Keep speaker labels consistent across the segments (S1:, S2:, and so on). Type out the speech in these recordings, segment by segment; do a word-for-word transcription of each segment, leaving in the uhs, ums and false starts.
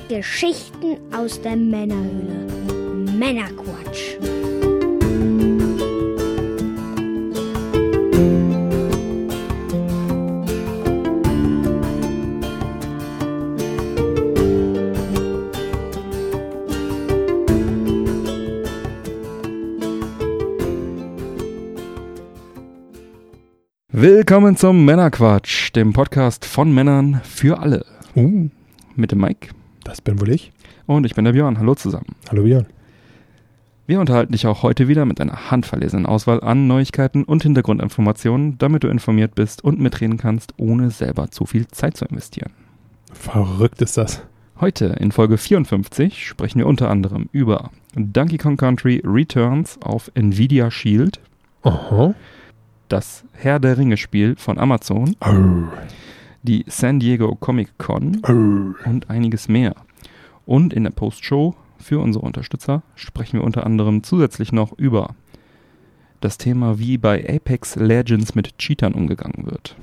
S1: Geschichten aus der Männerhöhle. Männerquatsch.
S2: Willkommen zum Männerquatsch, dem Podcast von Männern für alle.
S3: Uh,
S2: Mit dem Mike.
S3: das bin wohl ich.
S2: Und ich bin der Björn. Hallo zusammen.
S3: Hallo Björn.
S2: Wir unterhalten dich auch heute wieder mit einer handverlesenen Auswahl an Neuigkeiten und Hintergrundinformationen, damit du informiert bist und mitreden kannst, ohne selber zu viel Zeit zu investieren.
S3: Verrückt ist das.
S2: Heute in Folge vierundfünfzig sprechen wir unter anderem über Donkey Kong Country Returns auf Nvidia Shield,
S3: Aha.
S2: das Herr der Ringe Spiel von Amazon,
S3: Oh.
S2: die San Diego Comic Con
S3: Oh.
S2: und einiges mehr. Und in der Postshow für unsere Unterstützer sprechen wir unter anderem zusätzlich noch über das Thema, wie bei Apex Legends mit Cheatern umgegangen wird.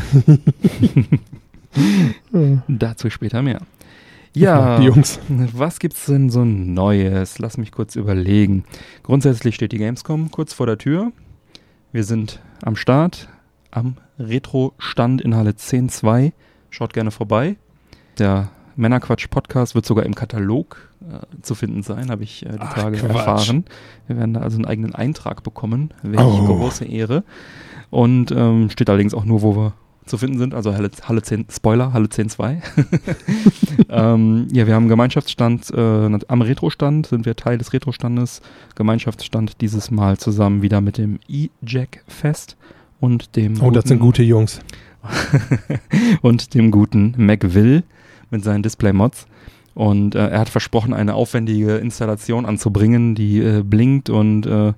S2: Dazu später mehr. Ja,
S3: Die Jungs.
S2: was gibt's denn so Neues? Lass mich kurz überlegen. Grundsätzlich steht die Gamescom kurz vor der Tür. Wir sind am Start, am Retro-Stand in Halle zehn zwei. Schaut gerne vorbei. Der Männerquatsch-Podcast wird sogar im Katalog äh, zu finden sein, habe ich äh, die
S3: Ach,
S2: Tage
S3: Quatsch.
S2: erfahren. Wir werden da also einen eigenen Eintrag bekommen. Welche
S3: Oh.
S2: große Ehre. Und ähm, steht allerdings auch nur, wo wir zu finden sind, also Halle, Halle zehn, Spoiler, Halle zehn zwei. ähm, ja, wir haben einen Gemeinschaftsstand, äh, am Retro-Stand sind wir Teil des Retro-Standes. Gemeinschaftsstand dieses Mal zusammen wieder mit dem E-Jack-Fest und dem
S3: Oh, das sind gute Jungs.
S2: und dem guten McVille mit seinen Display-Mods. Und äh, er hat versprochen, eine aufwendige Installation anzubringen, die äh, blinkt und äh,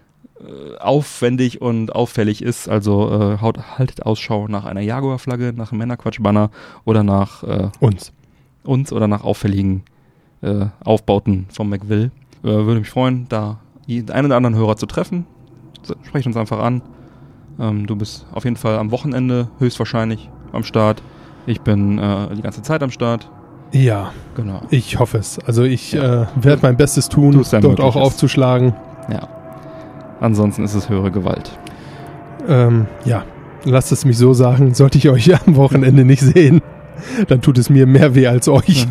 S2: aufwendig und auffällig ist. Also äh, haut, haltet Ausschau nach einer Jaguar-Flagge, nach einem Männerquatsch-Banner oder nach äh,
S3: Uns.
S2: uns oder nach auffälligen äh, Aufbauten vom McVille. Äh, würde mich freuen, da den einen oder anderen Hörer zu treffen. Sprecht uns einfach an. Ähm, du bist auf jeden Fall am Wochenende höchstwahrscheinlich am Start. Ich bin äh, die ganze Zeit am Start.
S3: Ja,
S2: Genau.
S3: ich hoffe es. Also ich
S2: Ja.
S3: äh, werde mein Bestes tun,
S2: Tu's dein
S3: dort auch
S2: Mögliches.
S3: aufzuschlagen.
S2: Ja. Ansonsten ist es höhere Gewalt.
S3: Ähm, ja, lasst es mich so sagen. Sollte ich euch am Wochenende nicht sehen, dann tut es mir mehr weh als euch.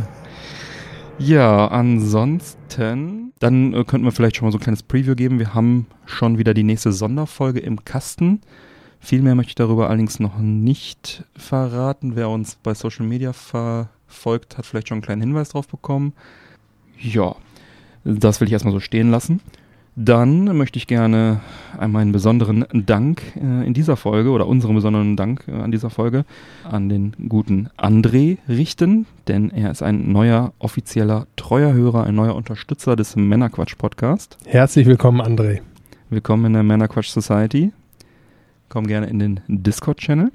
S2: Ja, ansonsten, dann äh, könnten wir vielleicht schon mal so ein kleines Preview geben. Wir haben schon wieder die nächste Sonderfolge im Kasten. Viel mehr möchte ich darüber allerdings noch nicht verraten. Wer uns bei Social Media verfolgt, hat vielleicht schon einen kleinen Hinweis drauf bekommen. Ja, das will ich erstmal so stehen lassen. Dann möchte ich gerne einmal einen besonderen Dank äh, in dieser Folge oder unseren besonderen Dank äh, an dieser Folge an den guten André richten, denn er ist ein neuer offizieller treuer Hörer, ein neuer Unterstützer des Männerquatsch-Podcast.
S3: Herzlich willkommen, André.
S2: Willkommen in der Männerquatsch Society. Komm gerne in den Discord-Channel.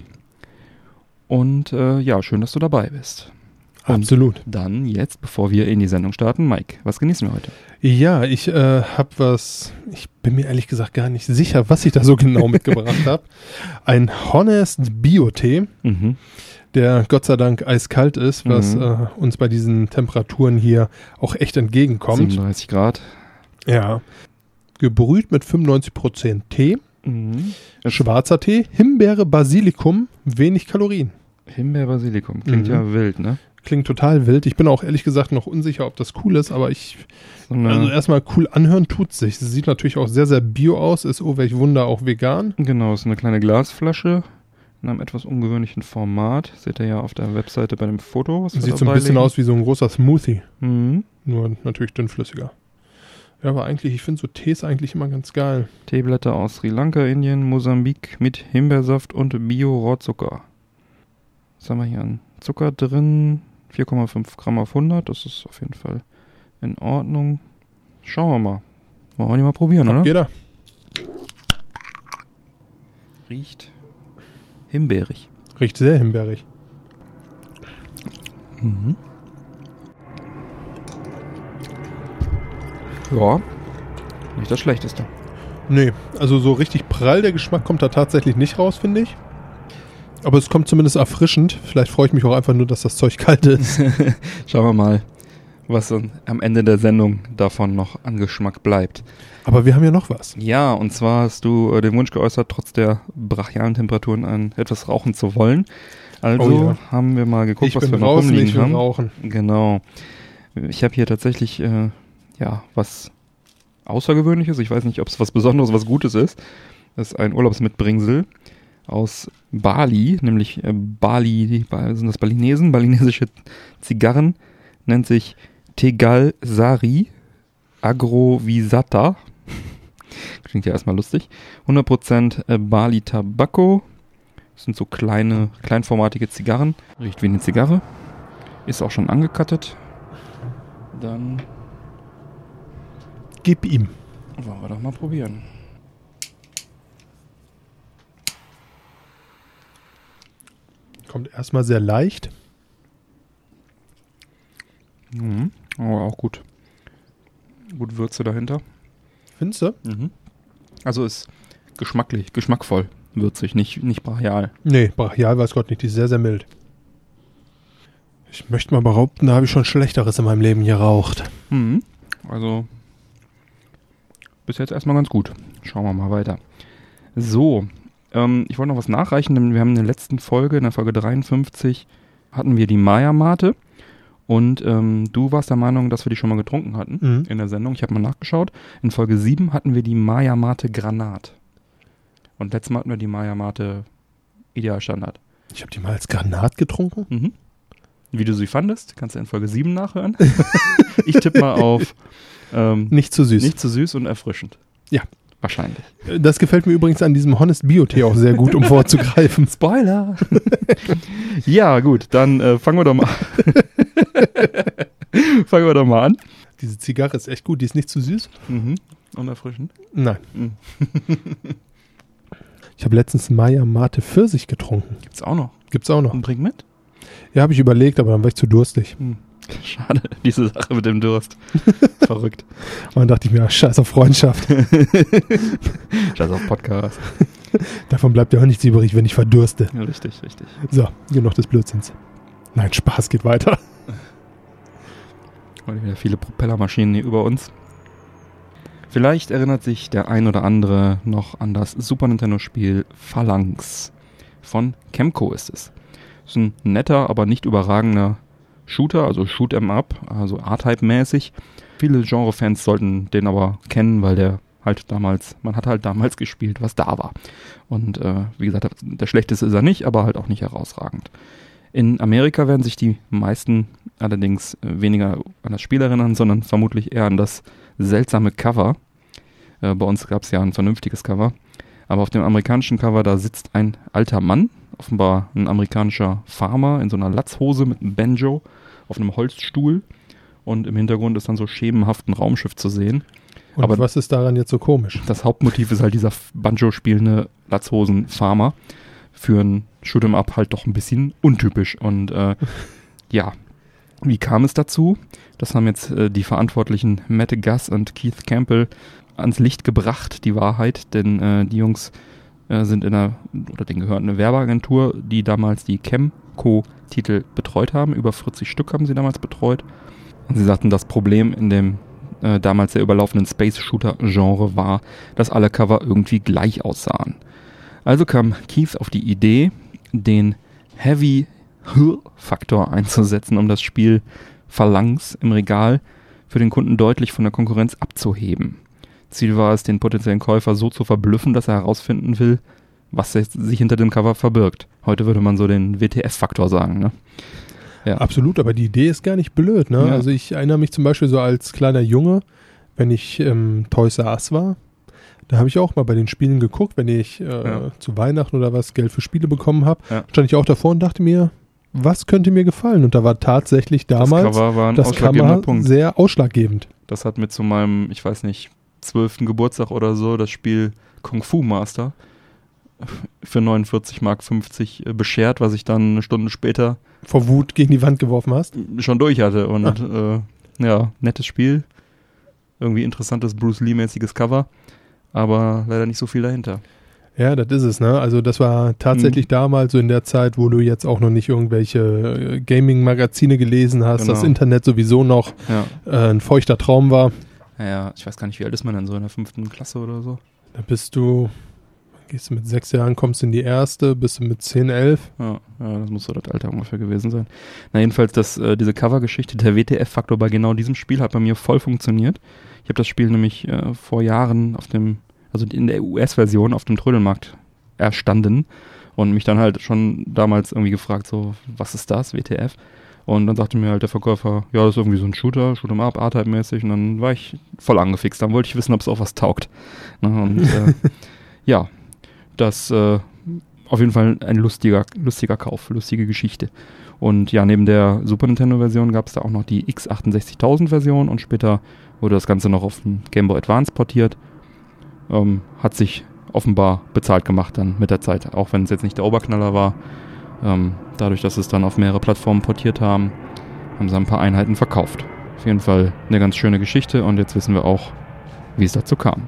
S2: Und äh, ja, schön, dass du dabei bist. Und
S3: Absolut.
S2: dann jetzt, bevor wir in die Sendung starten, Mike, was genießen wir heute?
S3: Ja, ich äh, habe was, ich bin mir ehrlich gesagt gar nicht sicher, was ich da so genau mitgebracht habe. Ein Honest Bio-Tee,
S2: Mhm.
S3: der Gott sei Dank eiskalt ist, was
S2: Mhm.
S3: äh, uns bei diesen Temperaturen hier auch echt entgegenkommt.
S2: siebenunddreißig Grad.
S3: Ja. Gebrüht mit fünfundneunzig Prozent Tee,
S2: Mhm.
S3: schwarzer Tee, Himbeere, Basilikum, wenig Kalorien.
S2: Himbeer-Basilikum. Klingt
S3: Mhm.
S2: ja wild, ne?
S3: Klingt total wild. Ich bin auch ehrlich gesagt noch unsicher, ob das cool ist, aber ich,
S2: So eine,
S3: also erstmal cool anhören tut sich. Es sieht natürlich auch sehr, sehr bio aus, ist, oh welch Wunder, auch vegan.
S2: genau, ist eine kleine Glasflasche in einem etwas ungewöhnlichen Format. Seht ihr ja auf der Webseite bei dem Foto. Was wir
S3: Sieht so ein
S2: dabei
S3: bisschen
S2: legen.
S3: aus wie so ein großer Smoothie,
S2: Mhm.
S3: nur natürlich dünnflüssiger. Ja, aber eigentlich, ich finde so Tees eigentlich immer ganz geil.
S2: Teeblätter aus Sri Lanka, Indien, Mosambik mit Himbeersaft und Bio-Rohrzucker. Was haben wir hier an Zucker drin? vier Komma fünf Gramm auf hundert. Das ist auf jeden Fall in Ordnung. Schauen wir mal. Wollen wir die mal probieren, oder?
S3: Jeder.
S2: Riecht himbeerig.
S3: Riecht sehr himbeerig.
S2: Mhm. Ja, nicht das Schlechteste.
S3: Nee, also so richtig prall der Geschmack kommt da tatsächlich nicht raus, finde ich. Aber es kommt zumindest erfrischend. Vielleicht freue ich mich auch einfach nur, dass das Zeug kalt ist.
S2: Schauen wir mal. was dann am Ende der Sendung davon noch an Geschmack bleibt.
S3: Aber wir haben ja noch was.
S2: Ja, und zwar hast du äh, den Wunsch geäußert, trotz der brachialen Temperaturen ein, etwas rauchen zu wollen. Also
S3: Oh ja.
S2: haben wir mal geguckt,
S3: Ich
S2: was
S3: bin
S2: wir noch
S3: draußen,
S2: rumliegen
S3: ich will
S2: haben.
S3: rauchen.
S2: Genau. Ich habe hier tatsächlich äh, ja was Außergewöhnliches. Ich weiß nicht, ob es was Besonderes, was Gutes ist. Das ist ein Urlaubsmitbringsel aus Bali, nämlich äh, Bali, sind das Balinesen, balinesische Zigarren, nennt sich Tegal Sari Agrovisata. Klingt ja erstmal lustig. hundert Prozent Bali Tobacco. Das sind so kleine, kleinformatige Zigarren. Riecht wie eine Zigarre. Ist auch schon angekattet. Dann
S3: Gib ihm.
S2: wollen wir doch mal probieren.
S3: Kommt erstmal sehr leicht.
S2: Mhm. Aber auch gut. Gut Würze dahinter.
S3: Findest du?
S2: Mhm. Also ist geschmacklich, geschmackvoll, würzig, nicht, nicht brachial.
S3: Nee, brachial weiß Gott nicht. Die ist sehr, sehr mild. Ich möchte mal behaupten, da habe ich schon Schlechteres in meinem Leben geraucht.
S2: Mhm. Also bis jetzt erstmal ganz gut. Schauen wir mal weiter. So, ähm, ich wollte noch was nachreichen, denn wir haben in der letzten Folge, in der Folge dreiundfünfzig, hatten wir die Maya-Mate. Und ähm, du warst der Meinung, dass wir die schon mal getrunken hatten
S3: Mhm.
S2: in der Sendung. Ich habe mal nachgeschaut. In Folge sieben hatten wir die Maya-Mate Granat. Und letztes Mal hatten wir die Maya-Mate Idealstandard.
S3: Ich habe die mal als Granat getrunken.
S2: Mhm. Wie du sie fandest, kannst du in Folge sieben nachhören. Ich tippe mal auf ähm,
S3: Nicht zu süß.
S2: nicht zu süß und erfrischend.
S3: Ja.
S2: Wahrscheinlich.
S3: Das gefällt mir übrigens an diesem Honest Bio-Tee auch sehr gut, um vorzugreifen.
S2: Spoiler! Ja, gut, dann äh, fangen wir doch mal fangen wir doch mal an.
S3: Diese Zigarre ist echt gut, die ist nicht zu süß.
S2: Mhm. Und erfrischend.
S3: Nein.
S2: Mhm.
S3: Ich habe letztens Maya Mate Pfirsich getrunken.
S2: Gibt's auch noch.
S3: Gibt's auch noch.
S2: Und bring mit?
S3: Ja, habe ich überlegt, aber dann war ich zu durstig.
S2: Hm. Schade, diese Sache mit dem Durst. Verrückt.
S3: Und dann dachte ich mir, ach, scheiß auf Freundschaft.
S2: Scheiß auf Podcast.
S3: Davon bleibt ja auch nichts übrig, wenn ich verdurste.
S2: Ja, richtig, richtig.
S3: So, genug des Blödsinns. Nein, Spaß geht weiter.
S2: Heute wieder viele Propellermaschinen hier über uns. Vielleicht erinnert sich der ein oder andere noch an das Super Nintendo-Spiel Phalanx. Von Kemco ist es. Ist ein netter, aber nicht überragender Shooter, also Shoot 'em Up, also A-Type-mäßig. Viele Genre-Fans sollten den aber kennen, weil der halt damals, man hat halt damals gespielt, was da war. Und äh, wie gesagt, der schlechteste ist er nicht, aber halt auch nicht herausragend. In Amerika werden sich die meisten allerdings weniger an das Spiel erinnern, sondern vermutlich eher an das seltsame Cover. Äh, bei uns gab es ja ein vernünftiges Cover. Aber auf dem amerikanischen Cover, da sitzt ein alter Mann, offenbar ein amerikanischer Farmer in so einer Latzhose mit einem Banjo auf einem Holzstuhl. Und im Hintergrund ist dann so schemenhaft ein Raumschiff zu sehen.
S3: Und
S2: Aber
S3: was ist daran jetzt so komisch?
S2: das Hauptmotiv ist halt dieser Banjo spielende Latzhosen-Farmer. Für ein Shoot'em Up halt doch ein bisschen untypisch. Und äh, ja, wie kam es dazu? Das haben jetzt äh, die Verantwortlichen Matt Guss und Keith Campbell ans Licht gebracht, die Wahrheit. Denn äh, die Jungs äh, sind in einer, oder denen gehört eine Werbeagentur, die damals die Kemco-Titel betreut haben. Über vierzig Stück haben sie damals betreut. Und sie sagten, das Problem in dem äh, damals sehr überlaufenden Space-Shooter-Genre war, dass alle Cover irgendwie gleich aussahen. Also kam Keith auf die Idee, den Heavy-Faktor einzusetzen, um das Spiel Phalanx im Regal für den Kunden deutlich von der Konkurrenz abzuheben. Ziel war es, den potenziellen Käufer so zu verblüffen, dass er herausfinden will, was sich hinter dem Cover verbirgt. Heute würde man so den W T F-Faktor sagen, ne? Ja.
S3: Absolut, aber die Idee ist gar nicht blöd, ne?
S2: Ja.
S3: Also ich erinnere mich zum Beispiel so als kleiner Junge, wenn ich ähm, Toys R Us war, da habe ich auch mal bei den Spielen geguckt, wenn ich äh,
S2: Ja.
S3: zu Weihnachten oder was Geld für Spiele bekommen habe,
S2: Ja.
S3: stand ich auch davor und dachte mir, was könnte mir gefallen? Und da war tatsächlich damals
S2: das Cover war ein
S3: das
S2: ausschlaggebender
S3: Cover
S2: Punkt.
S3: sehr ausschlaggebend.
S2: Das hat mir zu meinem, ich weiß nicht, zwölften Geburtstag oder so das Spiel Kung Fu Master für neunundvierzig Mark fünfzig beschert, was ich dann eine Stunde später
S3: Vor Wut gegen die Wand geworfen hast.
S2: schon durch hatte. Und äh, ja, nettes Spiel. Irgendwie interessantes Bruce Lee-mäßiges Cover. Aber leider nicht so viel dahinter.
S3: Ja, das ist es, ne? Also das war tatsächlich mhm. damals so in der Zeit, wo du jetzt auch noch nicht irgendwelche äh, Gaming-Magazine gelesen hast, genau. Das Internet sowieso noch ja. äh, ein feuchter Traum war.
S2: Ja, ja, ich weiß gar nicht, wie alt ist man denn so in der fünften Klasse oder so?
S3: Da bist du, gehst du mit sechs Jahren, kommst in die erste, bist du mit zehn, elf.
S2: Ja, ja, das muss so das Alter ungefähr gewesen sein. Na jedenfalls, das, äh, diese Covergeschichte, der W T F-Faktor bei genau diesem Spiel hat bei mir voll funktioniert. Ich habe das Spiel nämlich äh, vor Jahren auf dem, also in der U S-Version auf dem Trödelmarkt erstanden und mich dann halt schon damals irgendwie gefragt, so, was ist das, W T F? Und dann sagte mir halt der Verkäufer, ja, das ist irgendwie so ein Shooter, Shoot'em Up, R-Type-mäßig. Und dann war ich voll angefixt. Dann wollte ich wissen, ob es auch was taugt. Na, und äh, ja, das äh, auf jeden Fall ein lustiger, lustiger Kauf, lustige Geschichte. Und ja, neben der Super Nintendo-Version gab es da auch noch die X achtundsechzigtausend-Version und später wurde das Ganze noch auf den Game Boy Advance portiert. Ähm, hat sich offenbar bezahlt gemacht dann mit der Zeit, auch wenn es jetzt nicht der Oberknaller war. Ähm, dadurch, dass sie es dann auf mehrere Plattformen portiert haben, haben sie ein paar Einheiten verkauft. Auf jeden Fall eine ganz schöne Geschichte und jetzt wissen wir auch, wie es dazu kam.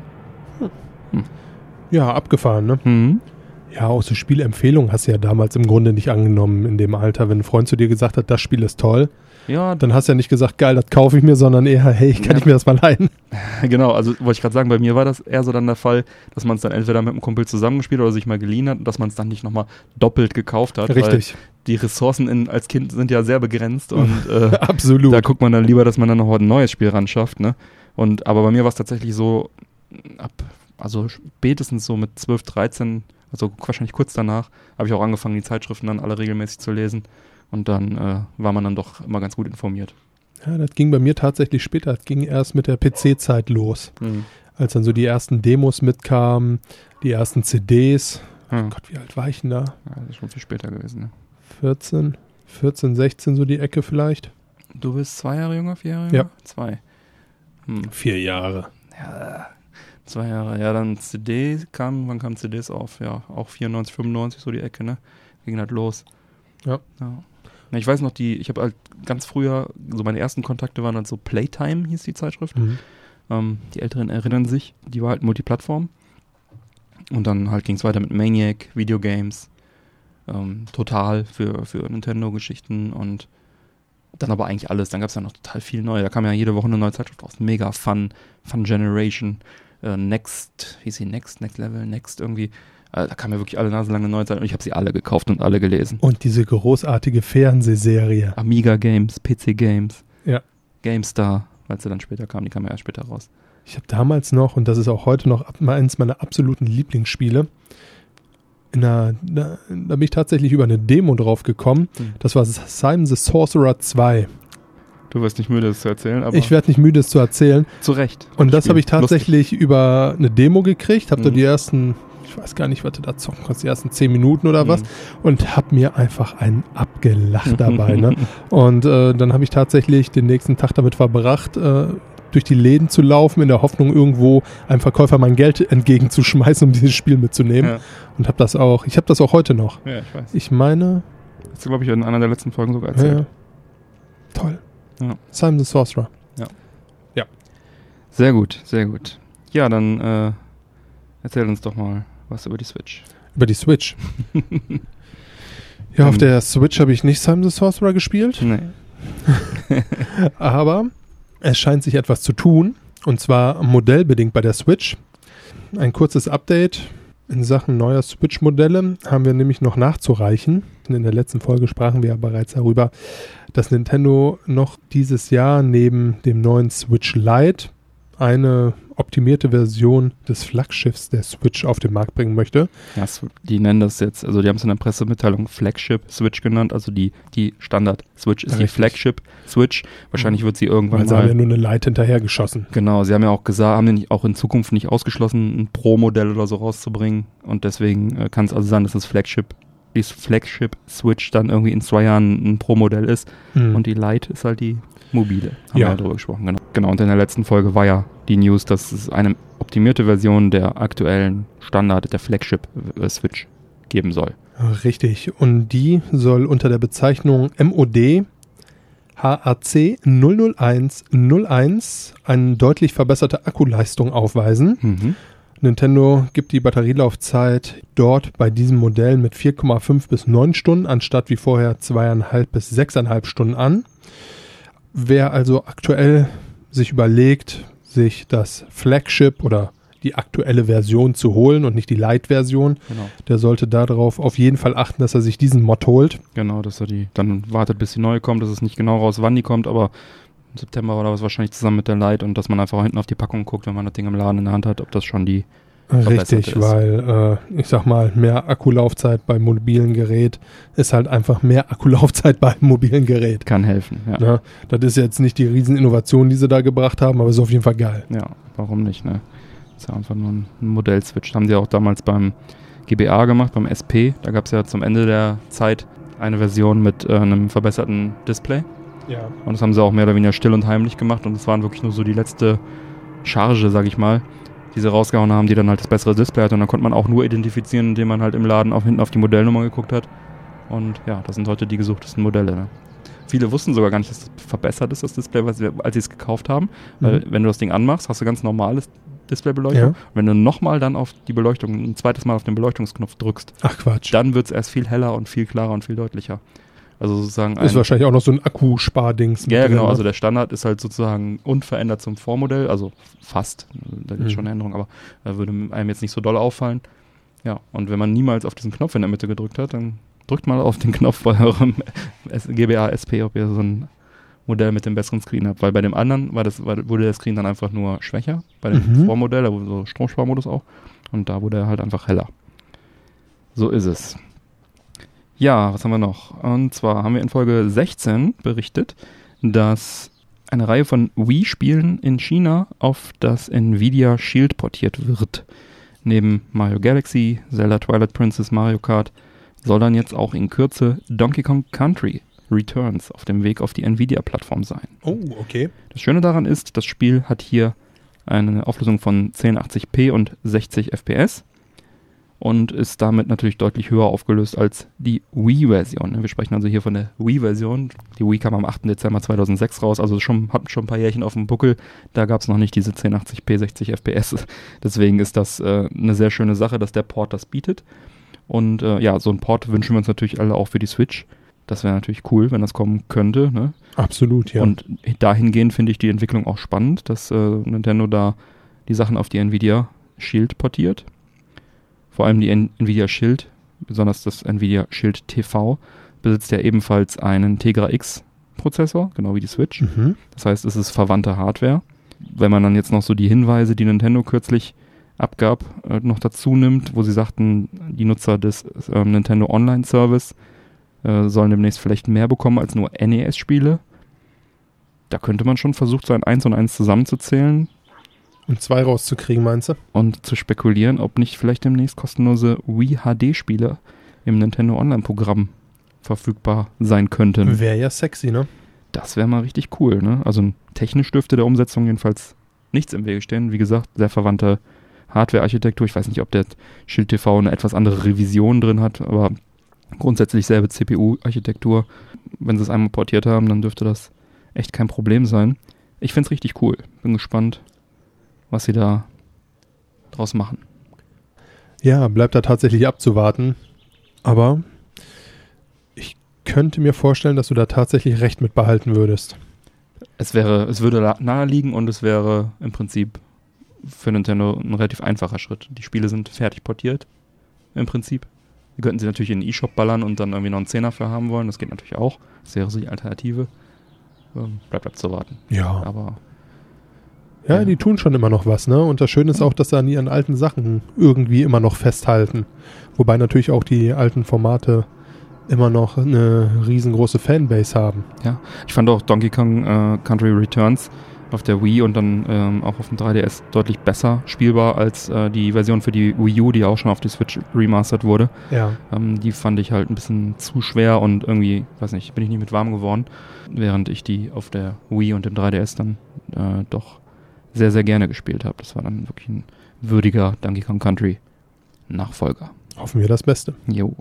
S3: Hm. Ja, abgefahren, ne?
S2: Mhm.
S3: Ja, auch so Spielempfehlungen hast du ja damals im Grunde nicht angenommen in dem Alter. Wenn ein Freund zu dir gesagt hat, das Spiel ist toll, ja, dann hast du ja nicht gesagt, geil, das kaufe ich mir, sondern eher, hey, kann ja. ich mir das mal leihen?
S2: Genau, also wollte ich gerade sagen, bei mir war das eher so dann der Fall, dass man es dann entweder mit einem Kumpel zusammengespielt oder sich mal geliehen hat und dass man es dann nicht nochmal doppelt gekauft hat.
S3: Richtig.
S2: Weil die Ressourcen in, als Kind sind ja sehr begrenzt und äh,
S3: absolut.
S2: Da guckt man dann lieber, dass man dann noch ein neues Spiel ran schafft. Ne? Und, aber bei mir war es tatsächlich so, ab, also spätestens so mit zwölf, dreizehn, also wahrscheinlich kurz danach, habe ich auch angefangen, die Zeitschriften dann alle regelmäßig zu lesen. Und dann äh, war man dann doch immer ganz gut informiert.
S3: Ja, das ging bei mir tatsächlich später. Das ging erst mit der P C-Zeit los. Mhm. Als dann so die ersten Demos mitkamen, die ersten C Ds.
S2: Mhm.
S3: Gott, wie alt war ich denn da?
S2: Ja, das ist schon viel später gewesen. Ne?
S3: vierzehn, vierzehn, sechzehn so die Ecke vielleicht.
S2: Du bist zwei Jahre jünger, vier Jahre jünger?
S3: Ja.
S2: Zwei. Hm.
S3: Vier Jahre.
S2: Ja, zwei Jahre. Ja, dann C D kam, wann kamen C Ds auf? Ja, auch vierundneunzig, fünfundneunzig so die Ecke, ne? Ging halt los.
S3: Ja.
S2: Ja. Ich weiß noch, die, ich habe halt ganz früher, so meine ersten Kontakte waren halt so Playtime, hieß die Zeitschrift. Mhm. Ähm, die Älteren erinnern sich, die war halt Multiplattform. Und dann halt ging es weiter mit Maniac, Videogames, ähm, Total für, für Nintendo-Geschichten und dann aber eigentlich alles. Dann gab es ja noch total viel neu. Da kam ja jede Woche eine neue Zeitschrift raus. Mega Fun, Fun Generation, äh, Next, wie hieß sie, Next, Next Level, Next irgendwie. Da kamen ja wirklich alle naselange neue Zeiten und ich habe sie alle gekauft und alle gelesen.
S3: Und diese großartige Fernsehserie.
S2: Amiga Games, P C Games,
S3: ja.
S2: GameStar, weil sie dann später kam, die kam ja erst später raus.
S3: Ich habe damals noch, und das ist auch heute noch eines meiner absoluten Lieblingsspiele, in einer, da, da bin ich tatsächlich über eine Demo drauf gekommen. Mhm. Das war Simon the Sorcerer zwei.
S2: Du wirst nicht müde, es zu erzählen, aber...
S3: Ich werde nicht müde, es zu erzählen.
S2: Zu Recht.
S3: Und das habe ich tatsächlich Lustig. über eine Demo gekriegt, habe
S2: mhm.
S3: da die ersten... Ich weiß gar nicht, was du da zocken kannst, die ersten zehn Minuten oder was. Mhm. Und hab mir einfach einen abgelacht dabei. Ne? Und äh, dann habe ich tatsächlich den nächsten Tag damit verbracht, äh, durch die Läden zu laufen, in der Hoffnung, irgendwo einem Verkäufer mein Geld entgegenzuschmeißen, um dieses Spiel mitzunehmen. Ja. Und habe das auch, ich habe das auch heute noch.
S2: Ja, ich weiß.
S3: Ich meine...
S2: Das hast du, glaube ich, in einer der letzten Folgen sogar erzählt.
S3: Ja. Toll.
S2: Ja.
S3: Simon the Sorcerer.
S2: Ja.
S3: Ja.
S2: Sehr gut, sehr gut. Ja, dann äh, erzähl uns doch mal was über die Switch.
S3: Über die Switch? Ja, auf der Switch habe ich nicht Simon the Sorcerer gespielt.
S2: Nee.
S3: Aber es scheint sich etwas zu tun. Und zwar modellbedingt bei der Switch. Ein kurzes Update in Sachen neuer Switch-Modelle haben wir nämlich noch nachzureichen. In der letzten Folge sprachen wir ja bereits darüber, dass Nintendo noch dieses Jahr neben dem neuen Switch Lite eine optimierte Version des Flaggschiffs der Switch auf den Markt bringen möchte.
S2: Ja, die nennen das jetzt, also die haben es in der Pressemitteilung Flagship Switch genannt, also die, die Standard-Switch ist Richtig. die Flagship-Switch. Wahrscheinlich wird sie irgendwann
S3: Weil sie haben ja nur eine Lite hinterhergeschossen.
S2: Genau, sie haben ja auch gesagt, haben die auch in Zukunft nicht ausgeschlossen, ein Pro-Modell oder so rauszubringen und deswegen äh, kann es also sein, dass das Flagship die Flagship Switch dann irgendwie in zwei Jahren ein Pro-Modell ist hm. und die Lite ist halt die mobile. Haben
S3: ja.
S2: wir ja drüber gesprochen, genau. Genau, und in der letzten Folge war ja die News, dass es eine optimierte Version der aktuellen Standard, der Flagship Switch geben soll.
S3: Richtig, und die soll unter der Bezeichnung M O D H A C null null eins null eins eine deutlich verbesserte Akkuleistung aufweisen.
S2: Mhm.
S3: Nintendo gibt die Batterielaufzeit dort bei diesen Modellen mit vier Komma fünf bis neun Stunden anstatt wie vorher zwei Komma fünf bis sechs Komma fünf Stunden an. Wer also aktuell sich überlegt, sich das Flagship oder die aktuelle Version zu holen und nicht die Lite-Version,
S2: Genau.
S3: der sollte darauf auf jeden Fall achten, dass er sich diesen Mod holt.
S2: Genau, dass er die dann wartet, bis die neue kommt. Das ist nicht genau raus, wann die kommt, aber im September oder was wahrscheinlich zusammen mit der Lite und dass man einfach hinten auf die Packung guckt, wenn man das Ding im Laden in der Hand hat, ob das schon die
S3: Richtig,
S2: ist.
S3: weil äh, ich sag mal, mehr Akkulaufzeit beim mobilen Gerät ist halt einfach mehr Akkulaufzeit beim mobilen Gerät.
S2: Kann helfen, ja.
S3: Ne? Das ist jetzt nicht die Rieseninnovation, die sie da gebracht haben, aber ist auf jeden Fall geil.
S2: Ja, warum nicht, ne? Ist ja einfach nur ein, ein Modell-Switch. Haben sie auch damals beim G B A gemacht, beim S P. Da gab es ja zum Ende der Zeit eine Version mit äh, einem verbesserten Display.
S3: Ja.
S2: Und das haben sie auch mehr oder weniger still und heimlich gemacht und es waren wirklich nur so die letzte Charge, sag ich mal, die sie rausgehauen haben, die dann halt das bessere Display hat und dann konnte man auch nur identifizieren, indem man halt im Laden auf, hinten auf die Modellnummer geguckt hat und ja, das sind heute die gesuchtesten Modelle. Ne? Viele wussten sogar gar nicht, dass das verbessert ist, das Display, was sie, als sie es gekauft haben, weil
S3: Mhm.
S2: wenn du das Ding anmachst, hast du ganz normales Displaybeleuchtung.
S3: Ja.
S2: Und wenn du nochmal dann auf die Beleuchtung, ein zweites Mal auf den Beleuchtungsknopf drückst,
S3: Ach Quatsch.
S2: dann wird es erst viel heller und viel klarer und viel deutlicher. Also sozusagen
S3: Ist
S2: ein,
S3: wahrscheinlich auch noch so ein Akkuspardings.
S2: ja,
S3: mit
S2: genau,
S3: drin,
S2: also
S3: ne?
S2: der Standard ist halt sozusagen unverändert zum Vormodell, also fast, da gibt es
S3: Mhm.
S2: schon eine Änderung, aber da würde einem jetzt nicht so doll auffallen. Ja, und wenn man niemals auf diesen Knopf in der Mitte gedrückt hat, dann drückt mal auf den Knopf bei eurem G B A S P, ob ihr so ein Modell mit dem besseren Screen habt, weil bei dem anderen war das, war, wurde der Screen dann einfach nur schwächer, bei dem
S3: Mhm.
S2: Vormodell, da wurde so Stromsparmodus auch, und da wurde er halt einfach heller. So ist es. Ja, was haben wir noch? Und zwar haben wir in Folge sechzehn berichtet, dass eine Reihe von Wii-Spielen in China auf das Nvidia Shield portiert wird. Neben Mario Galaxy, Zelda Twilight Princess, Mario Kart soll dann jetzt auch in Kürze Donkey Kong Country Returns auf dem Weg auf die Nvidia-Plattform sein.
S3: Oh, okay.
S2: Das Schöne daran ist, das Spiel hat hier eine Auflösung von zehn achtzig p und sechzig F P S und ist damit natürlich deutlich höher aufgelöst als die Wii-Version. Wir sprechen also hier von der Wii-Version. Die Wii kam am achten Dezember zweitausendsechs raus, also schon, hat schon ein paar Jährchen auf dem Buckel. Da gab es noch nicht diese zehn achtzig p, sechzig F P S. Deswegen ist das äh, eine sehr schöne Sache, dass der Port das bietet. Und äh, ja, so ein Port wünschen wir uns natürlich alle auch für die Switch. Das wäre natürlich cool, wenn das kommen könnte. Ne?
S3: Absolut, ja.
S2: Und dahingehend finde ich die Entwicklung auch spannend, dass äh, Nintendo da die Sachen auf die Nvidia Shield portiert. Vor allem die N- Nvidia Shield, besonders das Nvidia Shield T V, besitzt ja ebenfalls einen Tegra X Prozessor, genau wie die Switch.
S3: Mhm.
S2: Das heißt, es ist verwandte Hardware. Wenn man dann jetzt noch so die Hinweise, die Nintendo kürzlich abgab, äh, noch dazu nimmt, wo sie sagten, die Nutzer des äh, Nintendo Online Service äh, sollen demnächst vielleicht mehr bekommen als nur N E S-Spiele. Da könnte man schon versucht, so ein eins und eins zusammenzuzählen
S3: Und zwei rauszukriegen, meinst du?
S2: und zu spekulieren, ob nicht vielleicht demnächst kostenlose Wii H D-Spiele im Nintendo Online-Programm verfügbar sein könnten.
S3: Wäre ja sexy, ne?
S2: Das wäre mal richtig cool, ne? Also technisch dürfte der Umsetzung jedenfalls nichts im Wege stehen. Wie gesagt, sehr verwandte Hardware-Architektur. Ich weiß nicht, ob der Shield T V eine etwas andere Revision drin hat, aber grundsätzlich selbe C P U-Architektur. Wenn sie es einmal portiert haben, dann dürfte das echt kein Problem sein. Ich finde es richtig cool. Bin gespannt, was sie da draus machen.
S3: Ja, bleibt da tatsächlich abzuwarten. Aber ich könnte mir vorstellen, dass du da tatsächlich recht mit behalten würdest.
S2: Es wäre, es würde la- naheliegen und es wäre im Prinzip für Nintendo ein relativ einfacher Schritt. Die Spiele sind fertig portiert, im Prinzip. Die könnten sie natürlich in den E-Shop ballern und dann irgendwie noch einen Zehner für haben wollen. Das geht natürlich auch. Das wäre so die Alternative. Ähm, bleibt abzuwarten.
S3: Ja.
S2: Aber
S3: Ja,
S2: Ja.
S3: die tun schon immer noch was, ne? Und das Schöne ist auch, dass sie an ihren alten Sachen irgendwie immer noch festhalten. Wobei natürlich auch die alten Formate immer noch eine riesengroße Fanbase haben.
S2: ich fand auch Donkey Kong äh, Country Returns auf der Wii und dann ähm, auch auf dem drei D S deutlich besser spielbar als äh, die Version für die Wii U, die auch schon auf die Switch remastered wurde.
S3: Ja.
S2: Ähm, die fand ich halt ein bisschen zu schwer und irgendwie, weiß nicht, bin ich nicht mit warm geworden, während ich die auf der Wii und dem drei D S dann äh, doch sehr, sehr gerne gespielt habe. Das war dann wirklich ein würdiger Donkey Kong Country Nachfolger.
S3: Hoffen wir das Beste.
S2: Jo.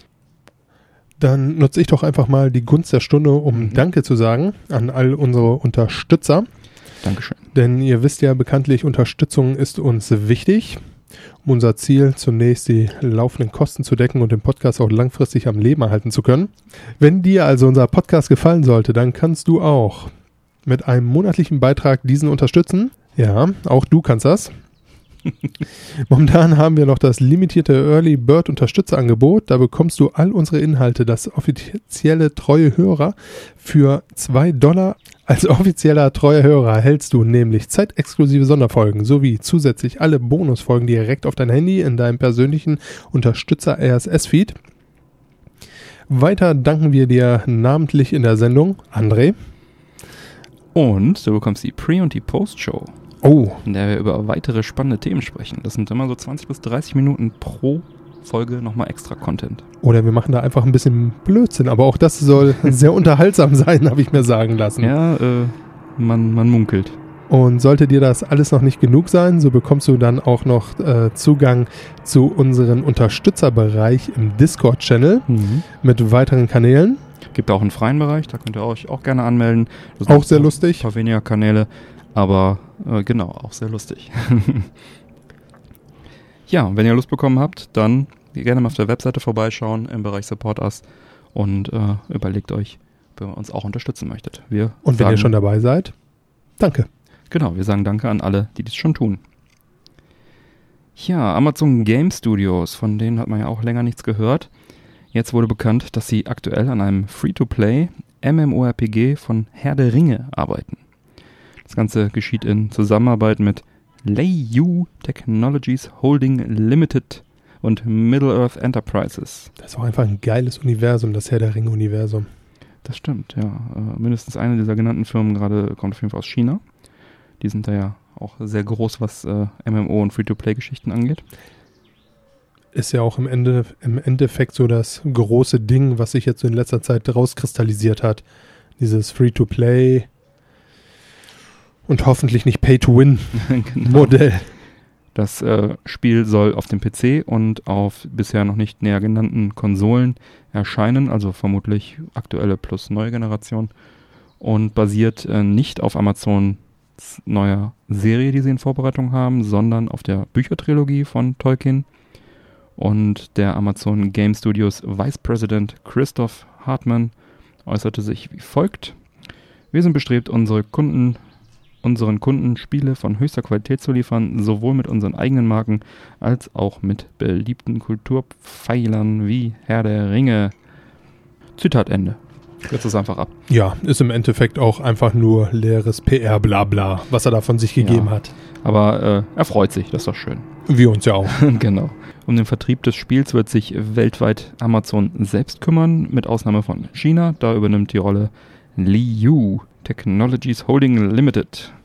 S3: Dann nutze ich doch einfach mal die Gunst der Stunde, um
S2: Mhm.
S3: Danke zu sagen an all unsere Unterstützer.
S2: Dankeschön.
S3: Denn ihr wisst ja bekanntlich, Unterstützung ist uns wichtig. um unser Ziel zunächst die laufenden Kosten zu decken und den Podcast auch langfristig am Leben erhalten zu können. Wenn dir also unser Podcast gefallen sollte, dann kannst du auch mit einem monatlichen Beitrag diesen unterstützen. Ja, auch du kannst das. Momentan haben wir noch das limitierte Early Bird Unterstützerangebot. Da bekommst du all unsere Inhalte, das offizielle treue Hörer, für zwei Dollar. Als offizieller treuer Hörer erhältst du nämlich zeitexklusive Sonderfolgen sowie zusätzlich alle Bonusfolgen direkt auf dein Handy in deinem persönlichen Unterstützer-R S S-Feed. Weiter danken wir dir namentlich in der Sendung André.
S2: Und du bekommst die Pre- und die Post-Show.
S3: Oh.
S2: In der wir über weitere spannende Themen sprechen. Das sind immer so zwanzig bis dreißig Minuten pro Folge nochmal extra Content.
S3: Oder wir machen da einfach ein bisschen Blödsinn, aber auch das soll sehr unterhaltsam sein, habe ich mir sagen lassen.
S2: Ja, äh, man, man munkelt.
S3: Und sollte dir das alles noch nicht genug sein, so bekommst du dann auch noch äh, Zugang zu unserem Unterstützerbereich im Discord-Channel mhm. mit weiteren Kanälen.
S2: Gibt auch einen freien Bereich, da könnt ihr euch auch gerne anmelden. Das
S3: auch sehr lustig.
S2: Ein paar weniger Kanäle, aber äh, genau, auch sehr lustig. Ja, wenn ihr Lust bekommen habt, dann gerne mal auf der Webseite vorbeischauen im Bereich Support Us und äh, überlegt euch, ob ihr uns auch unterstützen möchtet. Wir
S3: und wenn
S2: sagen,
S3: ihr schon dabei seid, danke.
S2: Genau, wir sagen danke an alle, die das schon tun. Ja, Amazon Game Studios, von denen hat man ja auch länger nichts gehört. Jetzt wurde bekannt, dass sie aktuell an einem Free-to-Play MMORPG von Herr der Ringe arbeiten. Das Ganze geschieht in Zusammenarbeit mit Leyou Technologies Holding Limited und Middle-earth Enterprises.
S3: Das ist auch einfach ein geiles Universum, das Herr der Ringe-Universum.
S2: Das stimmt, ja. Äh, mindestens eine dieser genannten Firmen gerade kommt auf jeden Fall aus China. Die sind da ja auch sehr groß, was äh, M M O und Free-to-Play-Geschichten angeht.
S3: Ist ja auch im, Ende, im Endeffekt so das große Ding, was sich jetzt so in letzter Zeit rauskristallisiert hat. Dieses Free-to-Play und hoffentlich nicht Pay-to-Win-Modell.
S2: Genau. Das äh, Spiel soll auf dem P C und auf bisher noch nicht näher genannten Konsolen erscheinen, also vermutlich aktuelle plus neue Generation, und basiert äh, nicht auf Amazons neuer Serie, die sie in Vorbereitung haben, sondern auf der Büchertrilogie von Tolkien. Und der Amazon Game Studios Vice President Christoph Hartmann äußerte sich wie folgt: Wir sind bestrebt, unsere Kunden unseren Kunden Spiele von höchster Qualität zu liefern, sowohl mit unseren eigenen Marken als auch mit beliebten Kulturpfeilern wie Herr der Ringe. Zitat Ende. Kürzt es einfach ab.
S3: Ja, ist im Endeffekt auch einfach nur leeres P R-Blabla, was er da von sich gegeben
S2: ja,
S3: hat.
S2: Aber äh, er freut sich, das ist doch schön.
S3: Wir uns ja auch.
S2: Genau. Um den Vertrieb des Spiels wird sich weltweit Amazon selbst kümmern, mit Ausnahme von China. Da übernimmt die Rolle Leyou Technologies Holding Limited.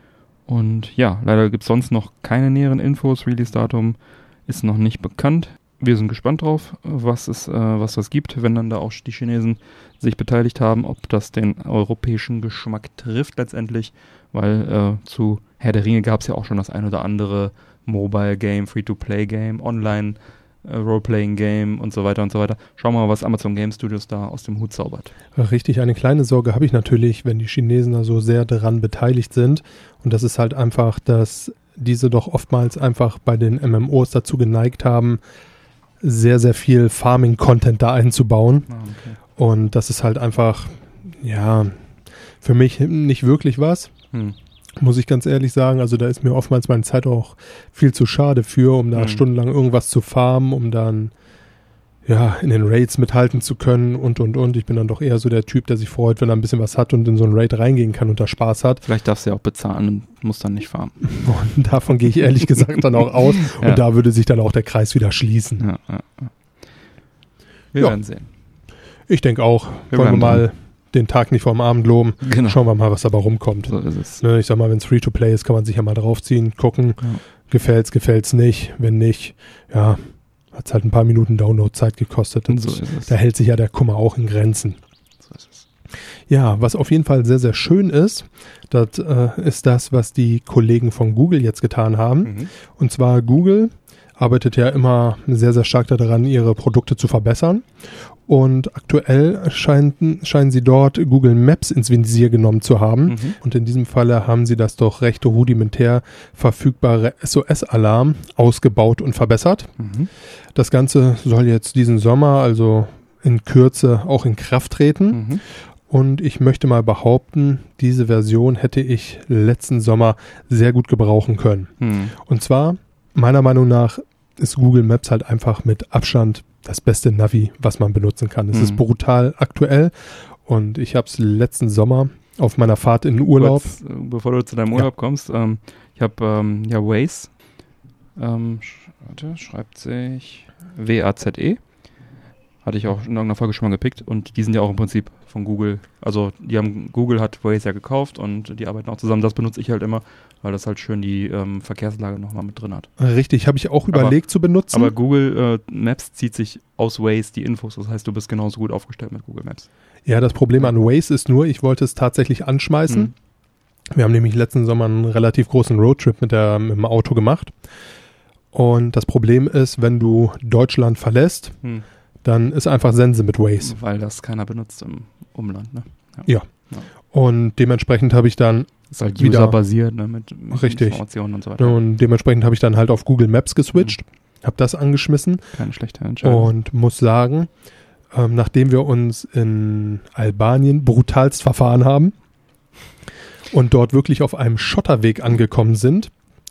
S2: Und ja, leider gibt es sonst noch keine näheren Infos. Release-Datum ist noch nicht bekannt. Wir sind gespannt drauf, was es äh, was das gibt, wenn dann da auch die Chinesen sich beteiligt haben, ob das den europäischen Geschmack trifft letztendlich, weil äh, zu Herr der Ringe gab es ja auch schon das ein oder andere Mobile-Game, Free-to-Play-Game, Online- Role-Playing-Game und so weiter und so weiter. Schauen wir mal, was Amazon Game Studios da aus dem Hut zaubert.
S3: Richtig, eine kleine Sorge habe ich natürlich, wenn die Chinesen da so sehr daran beteiligt sind. Und das ist halt einfach, dass diese doch oftmals einfach bei den M M Os dazu geneigt haben, sehr, sehr viel Farming-Content da einzubauen. Ah, okay. Und das ist halt einfach, ja, für mich nicht wirklich was. Hm. Muss ich ganz ehrlich sagen, also da ist mir oftmals meine Zeit auch viel zu schade für, um da mhm. stundenlang irgendwas zu farmen, um dann ja in den Raids mithalten zu können und und und. Ich bin dann doch eher so der Typ, der sich freut, wenn er ein bisschen was hat und in so einen Raid reingehen kann und da Spaß hat.
S2: Vielleicht darfst du ja auch bezahlen und musst dann nicht farmen.
S3: Und davon gehe ich ehrlich gesagt dann auch aus ja. Und da würde sich dann auch der Kreis wieder schließen.
S2: Ja, ja, ja. Wir
S3: ja.
S2: werden sehen.
S3: Ich denke auch, wir wollen wir mal dran. Den Tag nicht vorm Abend loben. Genau. Schauen wir mal, was dabei rumkommt.
S2: So ist es.
S3: Ne, ich sag mal, wenn es Free-to-Play ist, kann man sich ja mal draufziehen, gucken. Ja. Gefällt's, gefällt's nicht. Wenn nicht, ja, hat's halt ein paar Minuten Download-Zeit gekostet. Und
S2: so ist es.
S3: Da hält sich ja der Kummer auch in Grenzen.
S2: So ist es.
S3: Ja, was auf jeden Fall sehr, sehr schön ist, das äh, ist das, was die Kollegen von Google jetzt getan haben. Mhm. Und zwar Google arbeitet ja immer sehr, sehr stark daran, ihre Produkte zu verbessern. Und aktuell scheinen, scheinen sie dort Google Maps ins Visier genommen zu haben. Mhm. Und in diesem Falle haben sie das doch recht rudimentär verfügbare S O S-Alarm ausgebaut und verbessert. Mhm. Das Ganze soll jetzt diesen Sommer, also in Kürze, auch in Kraft treten. Mhm. Und ich möchte mal behaupten, diese Version hätte ich letzten Sommer sehr gut gebrauchen können. Mhm. Und zwar, meiner Meinung nach, ist Google Maps halt einfach mit Abstand das beste Navi, was man benutzen kann. Es mhm. ist brutal aktuell und ich habe es letzten Sommer auf meiner Fahrt in den Urlaub.
S2: Kurz, bevor du zu deinem Urlaub ja. kommst, ähm, ich habe ähm, ja Waze, ähm, sch- warte, schreibt sich W A Z E, hatte ich auch in irgendeiner Folge schon mal gepickt und die sind ja auch im Prinzip von Google, also die haben, Google hat Waze ja gekauft und die arbeiten auch zusammen, das benutze ich halt immer, weil das halt schön die ähm, Verkehrslage nochmal mit drin hat.
S3: Richtig, habe ich auch überlegt
S2: aber,
S3: zu benutzen.
S2: Aber Google äh, Maps zieht sich aus Waze die Infos, das heißt, du bist genauso gut aufgestellt mit Google Maps.
S3: Ja, das Problem an Waze ist nur, ich wollte es tatsächlich anschmeißen. Mhm. Wir haben nämlich letzten Sommer einen relativ großen Roadtrip mit, der, mit dem Auto gemacht und das Problem ist, wenn du Deutschland verlässt, mhm. dann ist einfach Sense mit Waze.
S2: Weil das keiner benutzt im Umland, ne?
S3: Ja. ja. ja. Und dementsprechend habe ich dann
S2: ist halt user-basiert, ne? Mit, mit
S3: richtig.
S2: Informationen und so weiter.
S3: Und dementsprechend habe ich dann halt auf Google Maps geswitcht, mhm. habe das angeschmissen.
S2: Keine schlechte Entscheidung.
S3: Und muss sagen, ähm, nachdem wir uns in Albanien brutalst verfahren haben und dort wirklich auf einem Schotterweg angekommen sind,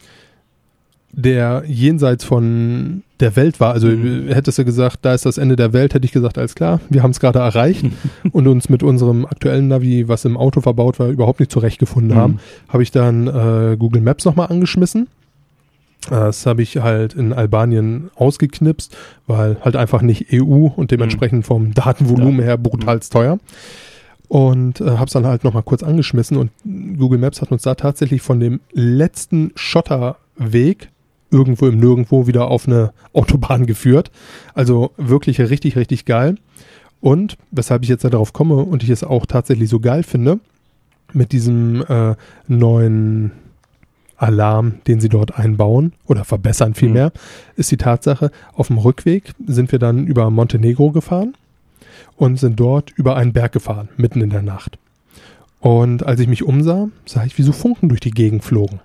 S3: der jenseits von der Welt war. Also mhm. hättest du gesagt, da ist das Ende der Welt, hätte ich gesagt, alles klar, wir haben es gerade erreicht und uns mit unserem aktuellen Navi, was im Auto verbaut war, überhaupt nicht zurechtgefunden mhm. haben. Habe ich dann äh, Google Maps nochmal angeschmissen. Das habe ich halt in Albanien ausgeknipst, weil halt einfach nicht E U und dementsprechend vom Datenvolumen her brutalst teuer. Und äh, habe es dann halt nochmal kurz angeschmissen und Google Maps hat uns da tatsächlich von dem letzten Schotterweg irgendwo im Nirgendwo wieder auf eine Autobahn geführt. Also wirklich richtig, richtig geil. Und weshalb ich jetzt darauf komme und ich es auch tatsächlich so geil finde, mit diesem äh, neuen Alarm, den sie dort einbauen oder verbessern vielmehr, mhm. ist die Tatsache, auf dem Rückweg sind wir dann über Montenegro gefahren und sind dort über einen Berg gefahren, mitten in der Nacht. Und als ich mich umsah, sah ich, wie so Funken durch die Gegend flogen.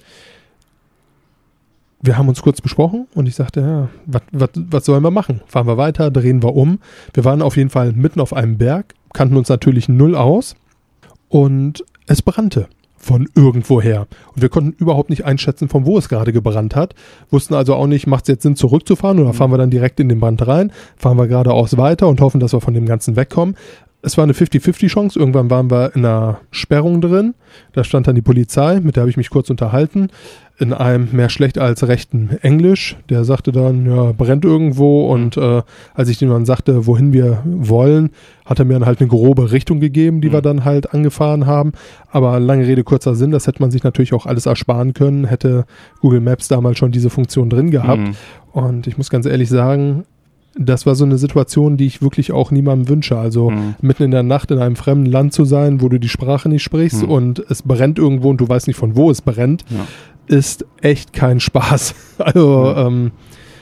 S3: Wir haben uns kurz besprochen und ich sagte, ja, was, was, was sollen wir machen? Fahren wir weiter, drehen wir um. Wir waren auf jeden Fall mitten auf einem Berg, kannten uns natürlich null aus und es brannte von irgendwoher. Und wir konnten überhaupt nicht einschätzen, von wo es gerade gebrannt hat. Wussten also auch nicht, macht es jetzt Sinn zurückzufahren oder fahren wir dann direkt in den Brand rein, fahren wir geradeaus weiter und hoffen, dass wir von dem Ganzen wegkommen. Es war eine fünfzig fünfzig Chance. Irgendwann waren wir in einer Sperrung drin. Da stand dann die Polizei, mit der habe ich mich kurz unterhalten, in einem mehr schlecht als rechten Englisch. Der sagte dann, ja, brennt irgendwo. Und äh, als ich dem dann sagte, wohin wir wollen, hat er mir dann halt eine grobe Richtung gegeben, die mhm. wir dann halt angefahren haben. Aber lange Rede, kurzer Sinn, das hätte man sich natürlich auch alles ersparen können, hätte Google Maps damals schon diese Funktion drin gehabt. Mhm. Und ich muss ganz ehrlich sagen, das war so eine Situation, die ich wirklich auch niemandem wünsche. Also mhm. mitten in der Nacht in einem fremden Land zu sein, wo du die Sprache nicht sprichst mhm. und es brennt irgendwo und du weißt nicht, von wo es brennt, ja. ist echt kein Spaß. Also, mhm. ähm,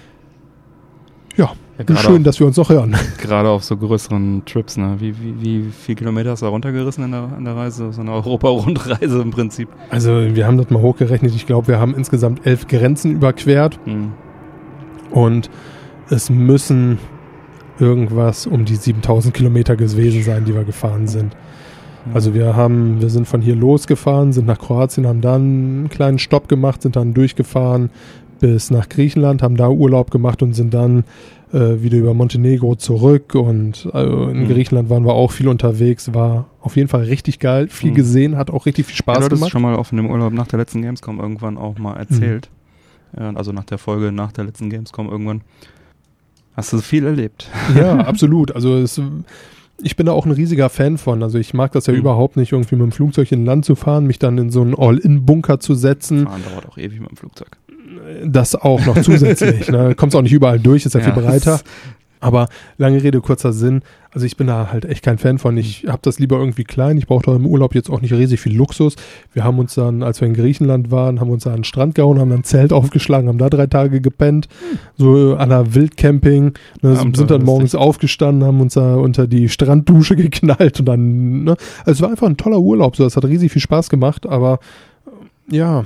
S3: ja, ja schön, auf, dass wir uns noch hören.
S2: Gerade auf so größeren Trips, ne? Wie, wie, wie viel Kilometer hast du da runtergerissen in der, an der Reise? So eine Europa-Rundreise im Prinzip.
S3: Also, wir haben das mal hochgerechnet. Ich glaube, wir haben insgesamt elf Grenzen überquert. Mhm. Und es müssen irgendwas um die siebentausend Kilometer gewesen sein, die wir gefahren sind. Also wir haben, wir sind von hier losgefahren, sind nach Kroatien, haben dann einen kleinen Stopp gemacht, sind dann durchgefahren bis nach Griechenland, haben da Urlaub gemacht und sind dann äh, wieder über Montenegro zurück. Und also in mhm. Griechenland waren wir auch viel unterwegs, war auf jeden Fall richtig geil, viel mhm. gesehen, hat auch richtig viel Spaß
S2: ja, du
S3: gemacht. Du
S2: hast schon mal auf dem Urlaub nach der letzten Gamescom irgendwann auch mal erzählt. Mhm. Ja, also nach der Folge nach der letzten Gamescom irgendwann. Hast du viel erlebt?
S3: Ja, absolut. Also es, ich bin da auch ein riesiger Fan von. Also ich mag das ja mhm. überhaupt nicht, irgendwie mit dem Flugzeug in Land zu fahren, mich dann in so einen All-In-Bunker zu setzen.
S2: Fahren dauert auch ewig mit dem Flugzeug.
S3: Das auch noch zusätzlich. Ne? Kommst auch nicht überall durch, ist ja, ja viel breiter. Aber lange Rede, kurzer Sinn. Also ich bin da halt echt kein Fan von. Ich habe das lieber irgendwie klein. Ich brauche doch im Urlaub jetzt auch nicht riesig viel Luxus. Wir haben uns dann, als wir in Griechenland waren, haben uns da an den Strand gehauen, haben dann ein Zelt aufgeschlagen, haben da drei Tage gepennt. So an der Wildcamping. Ne,
S2: Ja,
S3: sind dann morgens aufgestanden, haben uns da unter die Stranddusche geknallt. Und dann, ne, also es war einfach ein toller Urlaub. So, es hat riesig viel Spaß gemacht. Aber ja,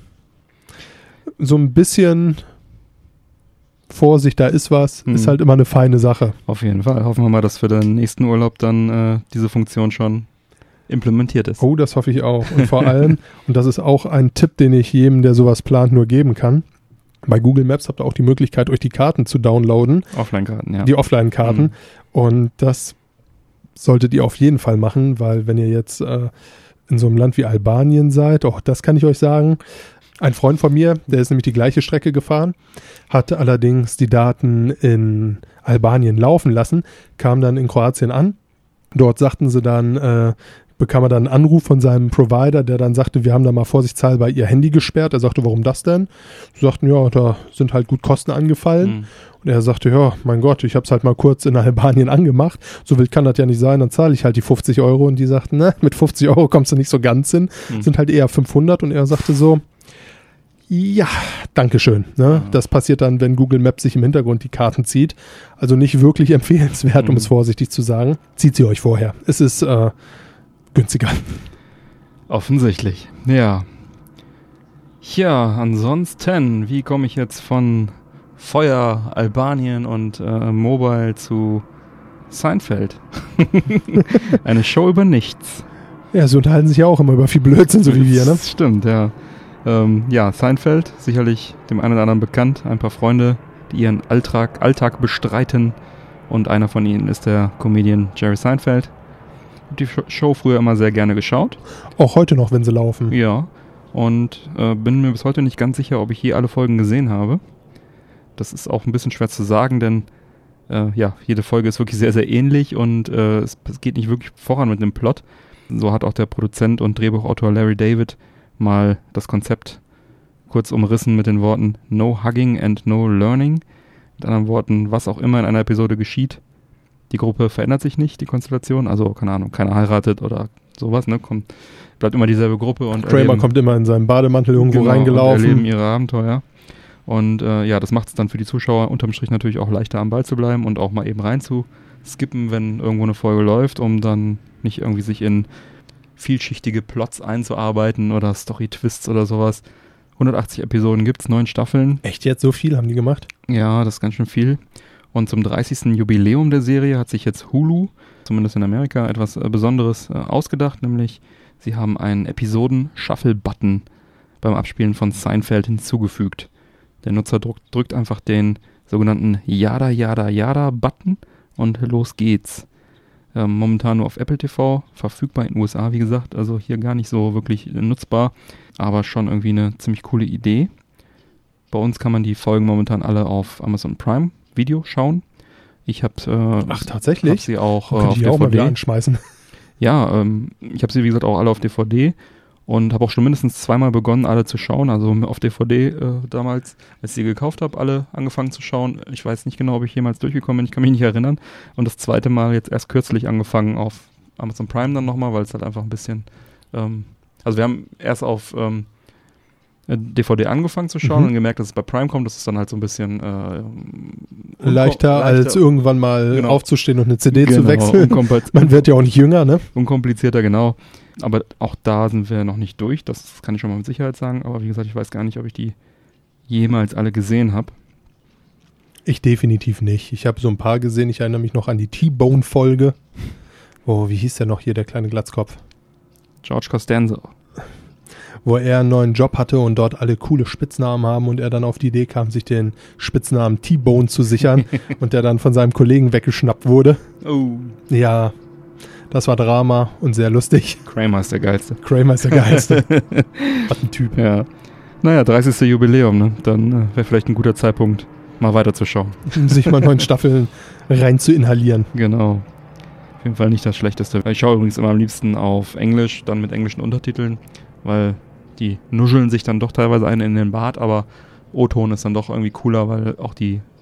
S3: so ein bisschen Vorsicht, da ist was,
S2: Hm.
S3: ist halt immer eine feine Sache.
S2: Auf jeden Fall. Hoffen wir mal, dass für den nächsten Urlaub dann äh, diese Funktion schon implementiert ist.
S3: Oh, das hoffe ich auch. Und vor allem, und das ist auch ein Tipp, den ich jedem, der sowas plant, nur geben kann. Bei Google Maps habt ihr auch die Möglichkeit, euch die Karten zu downloaden,
S2: Offline-Karten, ja.
S3: die Offline-Karten.
S2: Mhm.
S3: Und das solltet ihr auf jeden Fall machen, weil wenn ihr jetzt äh, in so einem Land wie Albanien seid, auch das kann ich euch sagen, ein Freund von mir, der ist nämlich die gleiche Strecke gefahren, hat allerdings die Daten in Albanien laufen lassen, kam dann in Kroatien an. Dort sagten sie dann, äh, bekam er dann einen Anruf von seinem Provider, der dann sagte, wir haben da mal vorsichtshalber ihr Handy gesperrt. Er sagte, warum das denn? Sie sagten, ja, da sind halt gut Kosten angefallen.
S2: Mhm.
S3: Und er sagte, ja, mein Gott, ich habe es halt mal kurz in Albanien angemacht. So wild kann das ja nicht sein, dann zahle ich halt die fünfzig Euro. Und die sagten, ne, mit fünfzig Euro kommst du nicht so ganz hin.
S2: Mhm.
S3: Sind halt eher fünfhundert. Und er sagte so, ja, Dankeschön. Ne?
S2: Ja.
S3: Das passiert dann, wenn Google Maps sich im Hintergrund die Karten zieht. Also nicht wirklich empfehlenswert, um
S2: Mhm.
S3: es vorsichtig zu sagen. Zieht sie euch vorher. Es ist äh, günstiger.
S2: Offensichtlich. Ja. Ja, ansonsten, wie komme ich jetzt von Feuer, Albanien und äh, Mobile zu Seinfeld? Eine Show über nichts.
S3: Ja, sie unterhalten sich ja auch immer über viel Blödsinn, so wie wir, ne?
S2: Das stimmt, ja. Ähm, ja, Seinfeld, sicherlich dem einen oder anderen bekannt. Ein paar Freunde, die ihren Alltag, Alltag bestreiten. Und einer von ihnen ist der Comedian Jerry Seinfeld. Hab die Show früher immer sehr gerne geschaut.
S3: Auch heute noch, wenn sie laufen.
S2: Ja. Und äh, bin mir bis heute nicht ganz sicher, ob ich je alle Folgen gesehen habe. Das ist auch ein bisschen schwer zu sagen, denn äh, ja, jede Folge ist wirklich sehr, sehr ähnlich und äh, es, es geht nicht wirklich voran mit dem Plot. So hat auch der Produzent und Drehbuchautor Larry David mal das Konzept kurz umrissen mit den Worten No Hugging and No Learning. Mit anderen Worten, was auch immer in einer Episode geschieht, die Gruppe verändert sich nicht, die Konstellation. Also, keine Ahnung, keiner heiratet oder sowas, ne? Kommt, bleibt immer dieselbe Gruppe. Und
S3: Kramer
S2: erleben,
S3: kommt immer in seinem Bademantel irgendwo
S2: genau,
S3: reingelaufen.
S2: Und erleben ihre Abenteuer. Und äh, ja, das macht es dann für die Zuschauer unterm Strich natürlich auch leichter am Ball zu bleiben und auch mal eben rein zu skippen, wenn irgendwo eine Folge läuft, um dann nicht irgendwie sich in vielschichtige Plots einzuarbeiten oder Story-Twists oder sowas. hundertachtzig Episoden gibt's, neun Staffeln.
S3: Echt jetzt? So viel haben die gemacht?
S2: Ja, das ist ganz schön viel. Und zum dreißigsten Jubiläum der Serie hat sich jetzt Hulu, zumindest in Amerika, etwas äh, Besonderes äh, ausgedacht, nämlich sie haben einen Episoden-Shuffle-Button beim Abspielen von Seinfeld hinzugefügt. Der Nutzer drückt, drückt einfach den sogenannten Yada Yada Yada Button und los geht's. Ähm, momentan nur auf Apple T V, verfügbar in den U S A, wie gesagt, also hier gar nicht so wirklich äh, nutzbar, aber schon irgendwie eine ziemlich coole Idee. Bei uns kann man die Folgen momentan alle auf Amazon Prime Video schauen. Ich habe äh,
S3: Ach, tatsächlich?
S2: hab sie auch äh,
S3: Könnte
S2: auf
S3: ich auch mal wieder
S2: D V D.
S3: anschmeißen.
S2: Ja, ähm, ich habe sie wie gesagt auch alle auf D V D und habe auch schon mindestens zweimal begonnen, alle zu schauen. Also auf D V D äh, damals, als ich sie gekauft habe, alle angefangen zu schauen. Ich weiß nicht genau, ob ich jemals durchgekommen bin, ich kann mich nicht erinnern. Und das zweite Mal jetzt erst kürzlich angefangen auf Amazon Prime dann nochmal, weil es halt einfach ein bisschen, ähm, also wir haben erst auf ähm, D V D angefangen zu schauen
S3: Mhm.
S2: und gemerkt, dass es bei Prime kommt. Das ist dann halt so ein bisschen äh, unko-
S3: Leichter, als irgendwann mal
S2: Genau.
S3: aufzustehen und eine C D
S2: genau,
S3: zu wechseln.
S2: unkompliz-
S3: Man wird ja auch nicht jünger, ne?
S2: unkomplizierter, genau. Aber auch da sind wir noch nicht durch. Das kann ich schon mal mit Sicherheit sagen. Aber wie gesagt, ich weiß gar nicht, ob ich die jemals alle gesehen habe.
S3: Ich definitiv nicht. Ich habe so ein paar gesehen. Ich erinnere mich noch an die T-Bone-Folge. Oh, wie hieß der noch hier, der kleine Glatzkopf?
S2: George Costanzo.
S3: Wo er einen neuen Job hatte und dort alle coole Spitznamen haben und er dann auf die Idee kam, sich den Spitznamen T-Bone zu sichern und der dann von seinem Kollegen weggeschnappt wurde.
S2: Oh.
S3: Ja, das war Drama und sehr lustig.
S2: Kramer ist der Geilste.
S3: Kramer ist der Geilste. Was ein Typ.
S2: Ja. Naja, dreißigste Jubiläum, ne? Dann äh, wäre vielleicht ein guter Zeitpunkt, mal weiterzuschauen.
S3: Um sich mal neuen Staffeln rein zu inhalieren.
S2: Genau. Auf jeden Fall nicht das Schlechteste. Ich schaue übrigens immer am liebsten auf Englisch, dann mit englischen Untertiteln, weil die nuscheln sich dann doch teilweise einen in den Bart, aber O-Ton ist dann doch irgendwie cooler, weil auch die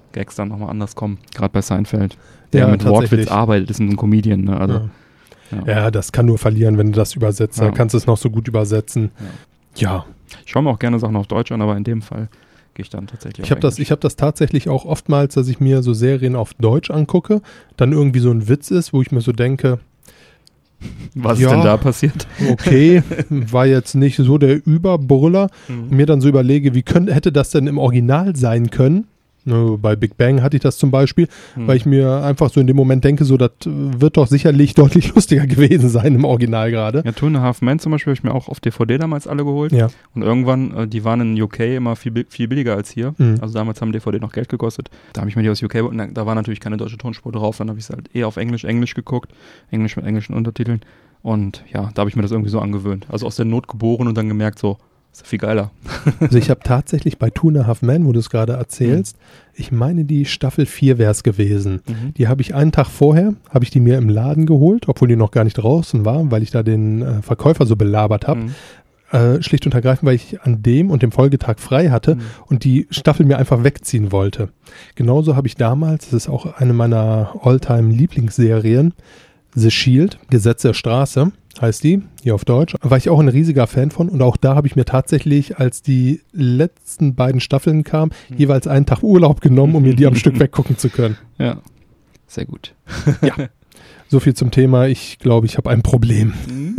S2: Gags dann nochmal anders kommen. Gerade bei Seinfeld. Der
S3: Ja,
S2: mit
S3: tatsächlich.
S2: Wortwitz arbeitet, ist ein Comedian. Ne? Also,
S3: Ja.
S2: ja.
S3: Ja, das kann nur verlieren, wenn du das übersetzt.
S2: Ja.
S3: Dann kannst du es noch so gut übersetzen. Ja.
S2: Ich schaue mir auch gerne Sachen auf Deutsch an, aber in dem Fall gehe ich dann tatsächlich
S3: Ich habe das, ich hab das tatsächlich auch oftmals, dass ich mir so Serien auf Deutsch angucke, dann irgendwie so ein Witz ist, wo ich mir so denke,
S2: Was
S3: ja.
S2: ist denn da passiert?
S3: okay, war jetzt nicht so der Überbrüller. Und mir dann so überlege, wie könnte, hätte das denn im Original sein können? Ne, bei Big Bang hatte ich das zum Beispiel,
S2: Hm.
S3: weil ich mir einfach so in dem Moment denke, so, das wird doch sicherlich deutlich lustiger gewesen sein im Original gerade.
S2: Ja, Two and a Half Men zum Beispiel habe ich mir auch auf D V D damals alle geholt.
S3: Ja.
S2: Und irgendwann, äh, die waren in U K immer viel, bi- viel billiger als hier.
S3: Mhm.
S2: Also damals haben D V D noch Geld gekostet. Da habe ich mir die aus U K, und da, da war natürlich keine deutsche Tonspur drauf. Dann habe ich es halt eher auf Englisch, Englisch geguckt. Englisch mit englischen Untertiteln. Und ja, da habe ich mir das irgendwie so angewöhnt. Also aus der Not geboren und dann gemerkt, so, ist ja viel geiler.
S3: Also ich habe tatsächlich bei Two and a Half Men, wo du es gerade erzählst, ich meine, die Staffel vier wäre es gewesen.
S2: Mhm.
S3: Die habe ich einen Tag vorher, habe ich die mir im Laden geholt, obwohl die noch gar nicht draußen war, weil ich da den äh, Verkäufer so belabert habe.
S2: Mhm.
S3: Äh, schlicht und ergreifend, weil ich an dem und dem Folgetag frei hatte
S2: Mhm.
S3: und die Staffel mir einfach wegziehen wollte. Genauso habe ich damals, das ist auch eine meiner All-Time-Lieblingsserien, The Shield, Gesetz der Straße, heißt die, hier auf Deutsch, war ich auch ein riesiger Fan von, und auch da habe ich mir tatsächlich, als die letzten beiden Staffeln kamen,
S2: Mhm.
S3: jeweils einen Tag Urlaub genommen, um mir die am Stück weggucken zu können.
S2: Ja, sehr gut.
S3: So viel zum Thema, ich glaube, ich habe ein Problem.
S2: Mhm.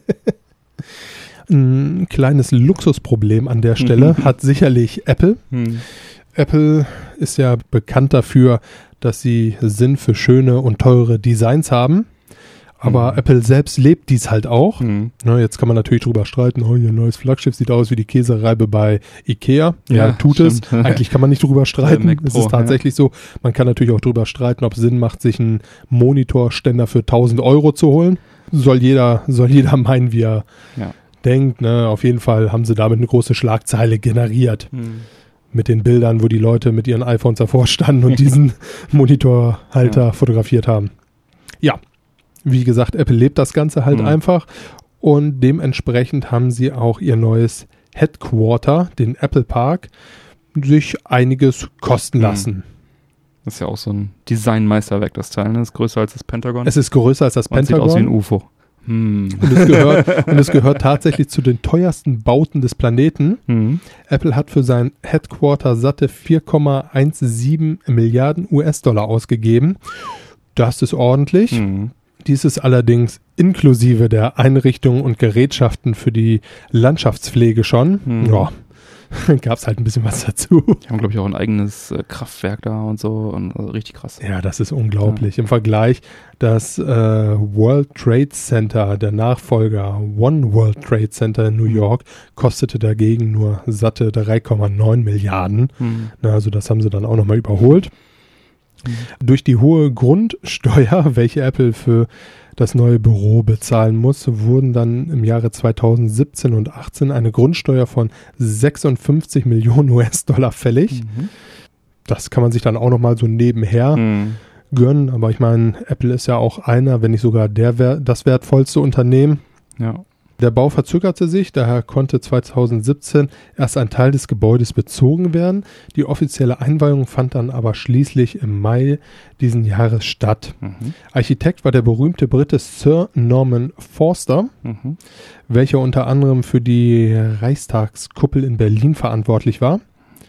S3: Ein kleines Luxusproblem an der Stelle
S2: Mhm.
S3: hat sicherlich Apple.
S2: Mhm.
S3: Apple ist ja bekannt dafür, dass sie Sinn für schöne und teure Designs haben. Aber
S2: Mhm.
S3: Apple selbst lebt dies halt auch.
S2: Mhm.
S3: Ne, jetzt kann man natürlich drüber streiten, oh, ihr neues Flaggschiff sieht aus wie die Käsereibe bei Ikea. Ja,
S2: Ja,
S3: tut es.
S2: stimmt.
S3: Eigentlich kann man nicht drüber streiten.
S2: Mac
S3: Es
S2: Pro,
S3: ist tatsächlich so. Man kann natürlich auch drüber streiten, ob es Sinn macht, sich einen Monitorständer für tausend Euro zu holen. Soll jeder, soll jeder meinen, wie er
S2: Ja.
S3: denkt. Ne? Auf jeden Fall haben sie damit eine große Schlagzeile generiert.
S2: Mhm.
S3: Mit den Bildern, wo die Leute mit ihren iPhones davor standen und diesen Monitorhalter
S2: Ja.
S3: fotografiert haben. Ja, wie gesagt, Apple lebt das Ganze halt
S2: Mhm.
S3: einfach, und dementsprechend haben sie auch ihr neues Headquarter, den Apple Park, sich einiges kosten
S2: Mhm.
S3: lassen.
S2: Das ist ja auch so ein Designmeisterwerk, das Teil. Ne? Das ist größer als das Pentagon.
S3: Es ist größer als das
S2: und sieht aus wie ein
S3: Pentagon
S2: U F O. Hm.
S3: und es, gehört, und es gehört tatsächlich zu den teuersten Bauten des Planeten.
S2: Mhm.
S3: Apple hat für sein Headquarter satte vier Komma siebzehn Milliarden U S-Dollar ausgegeben. Das ist ordentlich.
S2: Mhm.
S3: Dies ist allerdings inklusive der Einrichtungen und Gerätschaften für die Landschaftspflege schon.
S2: Mhm.
S3: Ja, gab es halt ein bisschen was dazu.
S2: Die haben, glaube ich, auch ein eigenes äh, Kraftwerk da und so. Und, also richtig krass.
S3: Ja, das ist unglaublich. Im Vergleich, das äh, World Trade Center, der Nachfolger One World Trade Center in New York, kostete dagegen nur satte drei Komma neun Milliarden.
S2: Mhm.
S3: Na, also das haben sie dann auch nochmal überholt.
S2: Mhm.
S3: Durch die hohe Grundsteuer, welche Apple für das neue Büro bezahlen muss, wurden dann im Jahre zweitausendsiebzehn und achtzehn eine Grundsteuer von sechsundfünfzig Millionen U S-Dollar fällig.
S2: Mhm.
S3: Das kann man sich dann auch nochmal so nebenher
S2: Mhm.
S3: gönnen. Aber ich meine, Apple ist ja auch einer, wenn nicht sogar der wer- das wertvollste Unternehmen.
S2: Ja.
S3: Der Bau verzögerte sich, daher konnte zweitausendsiebzehn erst ein Teil des Gebäudes bezogen werden. Die offizielle Einweihung fand dann aber schließlich im Mai diesen Jahres statt.
S2: Mhm.
S3: Architekt war der berühmte Brite Sir Norman Foster,
S2: Mhm.
S3: welcher unter anderem für die Reichstagskuppel in Berlin verantwortlich war.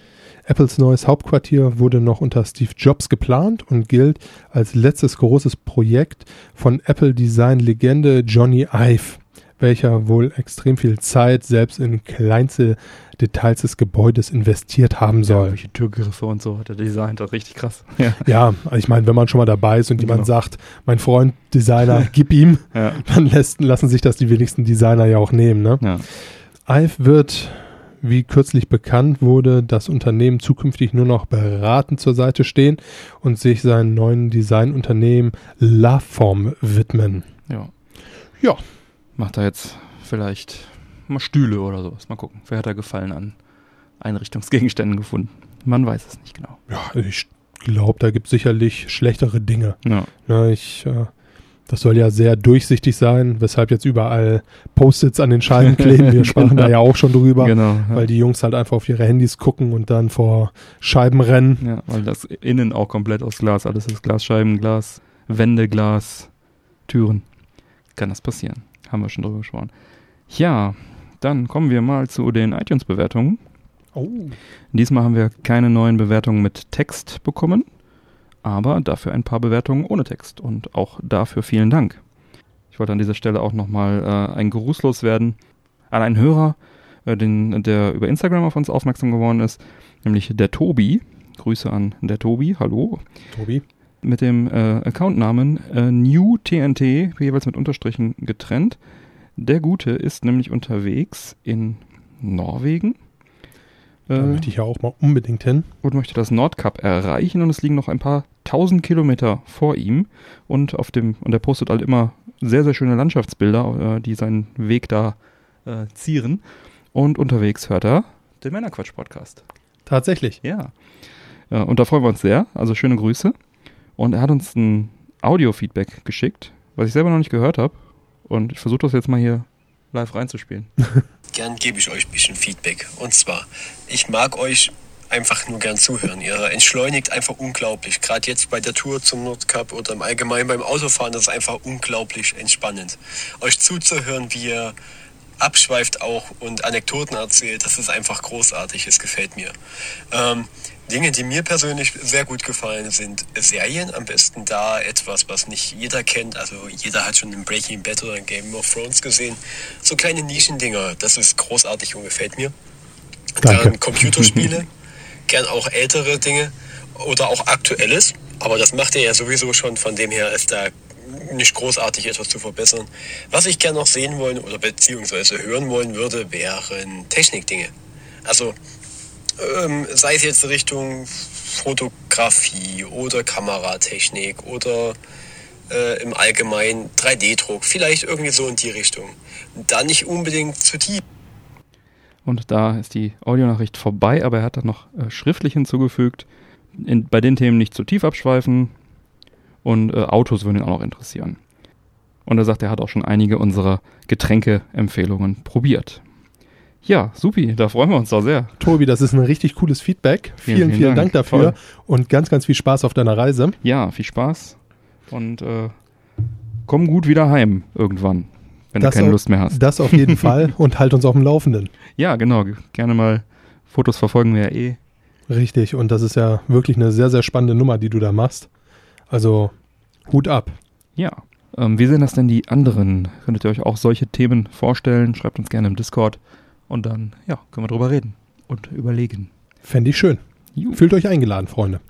S3: Apples neues Hauptquartier wurde noch unter Steve Jobs geplant und gilt als letztes großes Projekt von Apple-Design-Legende Johnny Ive, welcher wohl extrem viel Zeit selbst in kleinste Details des Gebäudes investiert haben
S2: Ja,
S3: soll.
S2: welche Türgriffe und so hat er designt. Das ist richtig krass. Ja.
S3: Ja, also ich meine, wenn man schon mal dabei ist und jemand
S2: Genau.
S3: sagt, mein Freund Designer, gib ihm,
S2: Ja.
S3: dann lässt, lassen sich das die wenigsten Designer ja auch nehmen. Ne?
S2: Ja.
S3: Ive wird, wie kürzlich bekannt wurde, das Unternehmen zukünftig nur noch beratend zur Seite stehen und sich seinen neuen Designunternehmen Laform widmen.
S2: Ja.
S3: Ja.
S2: Macht er jetzt vielleicht mal Stühle oder sowas. Mal gucken. Wer hat da Gefallen an Einrichtungsgegenständen gefunden? Man weiß es nicht genau.
S3: Ja, ich glaube, da gibt es sicherlich schlechtere Dinge.
S2: Ja.
S3: Ja, ich äh, Das soll ja sehr durchsichtig sein, weshalb jetzt überall Post-its an den Scheiben kleben. Wir sprachen da ja auch schon drüber,
S2: Genau. Ja.
S3: weil die Jungs halt einfach auf ihre Handys gucken und dann vor Scheiben rennen.
S2: Ja, weil das innen auch komplett aus Glas, alles ist Glasscheiben, Glas, Wände, Glas, Türen. Kann das passieren. Haben wir schon drüber gesprochen. Ja, dann kommen wir mal zu den iTunes-Bewertungen.
S3: Oh.
S2: Diesmal haben wir keine neuen Bewertungen mit Text bekommen, aber dafür ein paar Bewertungen ohne Text und auch dafür vielen Dank. Ich wollte an dieser Stelle auch nochmal äh, ein Gruß loswerden an einen Hörer, äh, den, der über Instagram auf uns aufmerksam geworden ist, nämlich der Tobi. Grüße an der Tobi, hallo.
S3: Tobi.
S2: Mit dem äh, Accountnamen äh, NewTNT, jeweils mit Unterstrichen getrennt. Der Gute ist nämlich unterwegs in Norwegen.
S3: Da
S2: äh,
S3: möchte ich ja auch mal unbedingt hin.
S2: Und möchte das Nordkap erreichen und es liegen noch ein paar tausend Kilometer vor ihm und auf dem und er postet halt immer sehr, sehr schöne Landschaftsbilder, äh, die seinen Weg da äh, zieren und unterwegs hört er den Männerquatsch-Podcast.
S3: Tatsächlich.
S2: Ja. ja, und da freuen wir uns sehr, also schöne Grüße und er hat uns ein Audio-Feedback geschickt, was ich selber noch nicht gehört habe und ich versuche das jetzt mal hier live reinzuspielen.
S4: Gern gebe ich euch ein bisschen Feedback. Und zwar, ich mag euch einfach nur gern zuhören. Ihr entschleunigt einfach unglaublich. Gerade jetzt bei der Tour zum Nordkap oder im Allgemeinen beim Autofahren, das ist einfach unglaublich entspannend. Euch zuzuhören, wie ihr abschweift auch und Anekdoten erzählt, das ist einfach großartig. Es gefällt mir. Ähm, Dinge, die mir persönlich sehr gut gefallen, sind Serien. Am besten da etwas, was nicht jeder kennt. Also jeder hat schon in Breaking Bad oder in Game of Thrones gesehen. So kleine Nischendinger, das ist großartig und gefällt mir.
S3: Danke.
S4: Dann Computerspiele, gern auch ältere Dinge oder auch Aktuelles. Aber das macht ihr ja sowieso schon, von dem her ist da nicht großartig etwas zu verbessern. Was ich gern noch sehen wollen oder beziehungsweise hören wollen würde, wären Technikdinge. Also ähm, sei es jetzt Richtung Fotografie oder Kameratechnik oder äh, im Allgemeinen drei D Druck, vielleicht irgendwie so in die Richtung. Da nicht unbedingt zu tief.
S2: Und da ist die Audionachricht vorbei, aber er hat dann noch äh, schriftlich hinzugefügt, in, bei den Themen nicht zu tief abschweifen und äh, Autos würden ihn auch noch interessieren. Und er sagt, er hat auch schon einige unserer Getränke-Empfehlungen probiert. Ja, supi, da freuen wir uns doch sehr.
S3: Tobi, das ist ein richtig cooles Feedback. Vielen, vielen, vielen Dank, Dank dafür. Toll. Und ganz, ganz viel Spaß auf deiner Reise.
S2: Ja, viel Spaß und äh, komm gut wieder heim irgendwann, wenn das du keine
S3: auf,
S2: Lust mehr hast.
S3: Das auf jeden Fall und halt uns auf dem Laufenden.
S2: Ja, genau, gerne mal Fotos verfolgen wir ja eh.
S3: Richtig, und das ist ja wirklich eine sehr, sehr spannende Nummer, die du da machst. Also, Hut ab.
S2: Ja, ähm, wie sehen das denn die anderen? Könntet ihr euch auch solche Themen vorstellen? Schreibt uns gerne im Discord und dann, ja, können wir drüber reden und überlegen.
S3: Fände ich schön. Juh. Fühlt euch eingeladen, Freunde.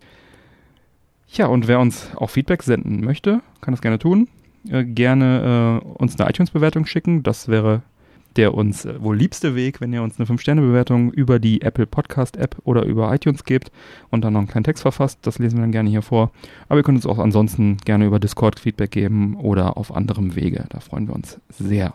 S2: Ja, und wer uns auch Feedback senden möchte, kann das gerne tun. Äh, gerne äh, uns eine iTunes-Bewertung schicken. Das wäre der uns äh, wohl liebste Weg, wenn ihr uns eine fünf Sterne Bewertung über die Apple Podcast-App oder über iTunes gebt und dann noch einen kleinen Text verfasst. Das lesen wir dann gerne hier vor. Aber ihr könnt uns auch ansonsten gerne über Discord Feedback geben oder auf anderem Wege. Da freuen wir uns sehr.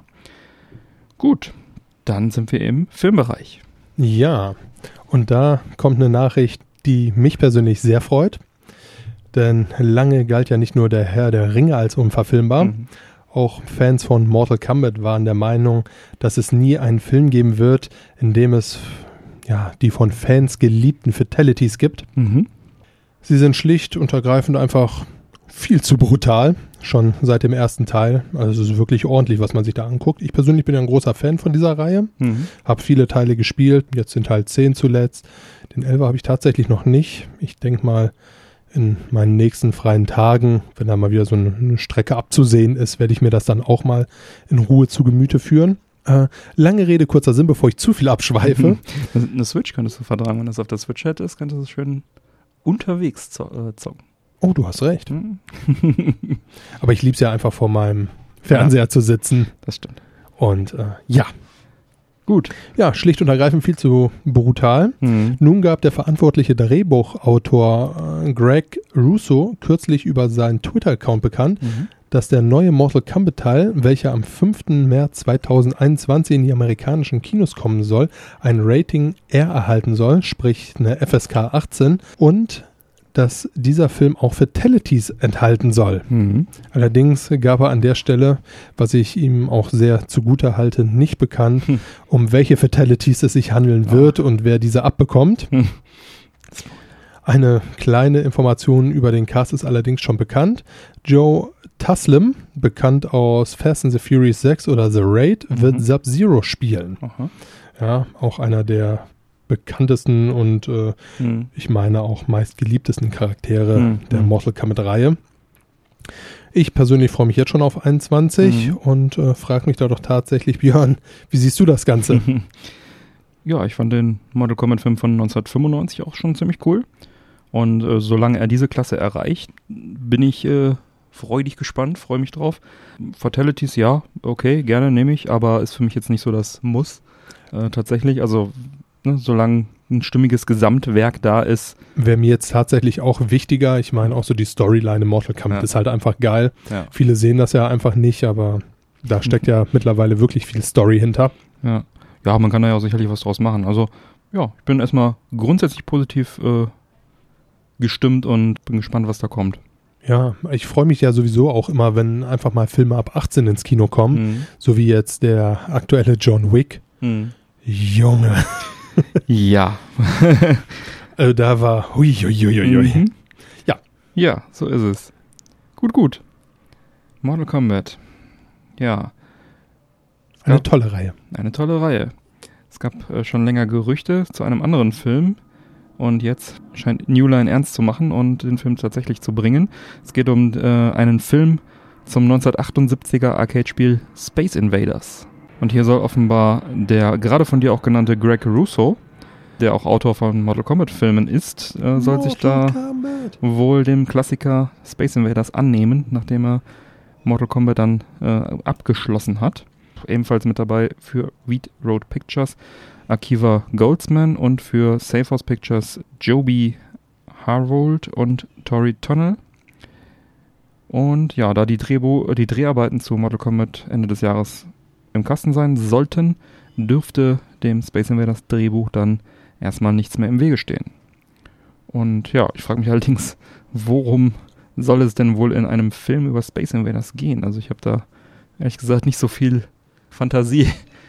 S2: Gut, dann sind wir im Filmbereich.
S3: Ja, und da kommt eine Nachricht, die mich persönlich sehr freut. Denn lange galt ja nicht nur der Herr der Ringe als unverfilmbar. Mhm. Auch Fans von Mortal Kombat waren der Meinung, dass es nie einen Film geben wird, in dem es ja die von Fans geliebten Fatalities gibt.
S2: Mhm.
S3: Sie sind schlicht und ergreifend einfach viel zu brutal, schon seit dem ersten Teil. Also es ist wirklich ordentlich, was man sich da anguckt. Ich persönlich bin ja ein großer Fan von dieser Reihe,
S2: mhm. habe
S3: viele Teile gespielt, jetzt sind Teil zehn zuletzt. Den elfer habe ich tatsächlich noch nicht. Ich denke mal, in meinen nächsten freien Tagen, wenn da mal wieder so eine Strecke abzusehen ist, werde ich mir das dann auch mal in Ruhe zu Gemüte führen. Äh, lange Rede, kurzer Sinn, bevor ich zu viel abschweife.
S2: Eine Switch könntest du vertragen, wenn das auf der Switch hättest, könntest du es schön unterwegs zo- äh, zocken.
S3: Oh, du hast recht.
S2: Mhm.
S3: Aber ich liebe es ja einfach vor meinem Fernseher ja, zu sitzen.
S2: Das stimmt.
S3: Und äh, ja.
S2: Gut.
S3: Ja, schlicht und ergreifend viel zu brutal.
S2: Mhm.
S3: Nun gab der verantwortliche Drehbuchautor äh, Greg Russo kürzlich über seinen Twitter-Account bekannt,
S2: mhm.
S3: dass der neue Mortal Kombat-Teil, welcher am fünften März zweitausendeinundzwanzig in die amerikanischen Kinos kommen soll, ein Rating R erhalten soll, sprich eine F S K achtzehn, und dass dieser Film auch Fatalities enthalten soll.
S2: Mhm.
S3: Allerdings gab er an der Stelle, was ich ihm auch sehr zugute halte, nicht bekannt,
S2: Hm.
S3: um welche Fatalities es sich handeln wird und wer diese abbekommt.
S2: Hm.
S3: Eine kleine Information über den Cast ist allerdings schon bekannt. Joe Taslim, bekannt aus Fast and the Furious sechs oder The Raid, wird
S2: Mhm.
S3: Sub-Zero spielen.
S2: Aha.
S3: Ja, auch einer der bekanntesten und äh,
S2: Mhm.
S3: ich meine auch meistgeliebtesten Charaktere
S2: Mhm.
S3: der Mortal Kombat-Reihe. Ich persönlich freue mich jetzt schon auf einundzwanzig
S2: Mhm.
S3: und äh, frage mich da doch tatsächlich, Björn, wie siehst du das Ganze?
S2: Ja, ich fand den Mortal Kombat-Film von neunzehnhundertfünfundneunzig auch schon ziemlich cool. Und äh, solange er diese Klasse erreicht, bin ich äh, freudig gespannt, freue mich drauf. Fatalities, ja, okay, gerne nehme ich, aber ist für mich jetzt nicht so das Muss. Äh, tatsächlich, also ne, solange ein stimmiges Gesamtwerk da ist.
S3: Wäre mir jetzt tatsächlich auch wichtiger. Ich meine, auch so die Storyline im Mortal Kombat
S2: Ja.
S3: ist halt einfach geil.
S2: Ja.
S3: Viele sehen das ja einfach nicht, aber da steckt ja mittlerweile wirklich viel Story hinter.
S2: Ja. ja, man kann da ja auch sicherlich was draus machen. Also ja, ich bin erstmal grundsätzlich positiv äh, gestimmt und bin gespannt, was da kommt.
S3: Ja, ich freue mich ja sowieso auch immer, wenn einfach mal Filme ab achtzehn ins Kino kommen,
S2: Mhm.
S3: so wie jetzt der aktuelle John Wick.
S2: Mhm.
S3: Junge,
S2: Ja.
S3: äh, da war hui, hui, hui, hui.
S2: Mhm.
S3: Ja.
S2: Ja, so ist es. Gut, gut. Mortal Kombat. Ja,
S3: Eine
S2: Ja.
S3: tolle Reihe.
S2: eine tolle Reihe. Es gab äh, schon länger Gerüchte zu einem anderen Film und jetzt scheint New Line ernst zu machen und den Film tatsächlich zu bringen. Es geht um äh, einen Film zum neunzehnhundertachtundsiebziger Arcade-Spiel Space Invaders. Und hier soll offenbar der gerade von dir auch genannte Greg Russo, der auch Autor von Mortal Kombat-Filmen ist, äh, soll sich da
S3: Kombat.
S2: wohl dem Klassiker Space Invaders annehmen, nachdem er Mortal Kombat dann äh, abgeschlossen hat. Ebenfalls mit dabei für Wheat Road Pictures Akiva Goldsman und für Safehouse Pictures Joby Harwold und Tori Tunnell. Und ja, da die, Drehbu- die Dreharbeiten zu Mortal Kombat Ende des Jahres im Kasten sein sollten, dürfte dem Space Invaders Drehbuch dann erstmal nichts mehr im Wege stehen. Und ja, ich frage mich allerdings, worum soll es denn wohl in einem Film über Space Invaders gehen? Also ich habe da ehrlich gesagt nicht so viel Fantasie.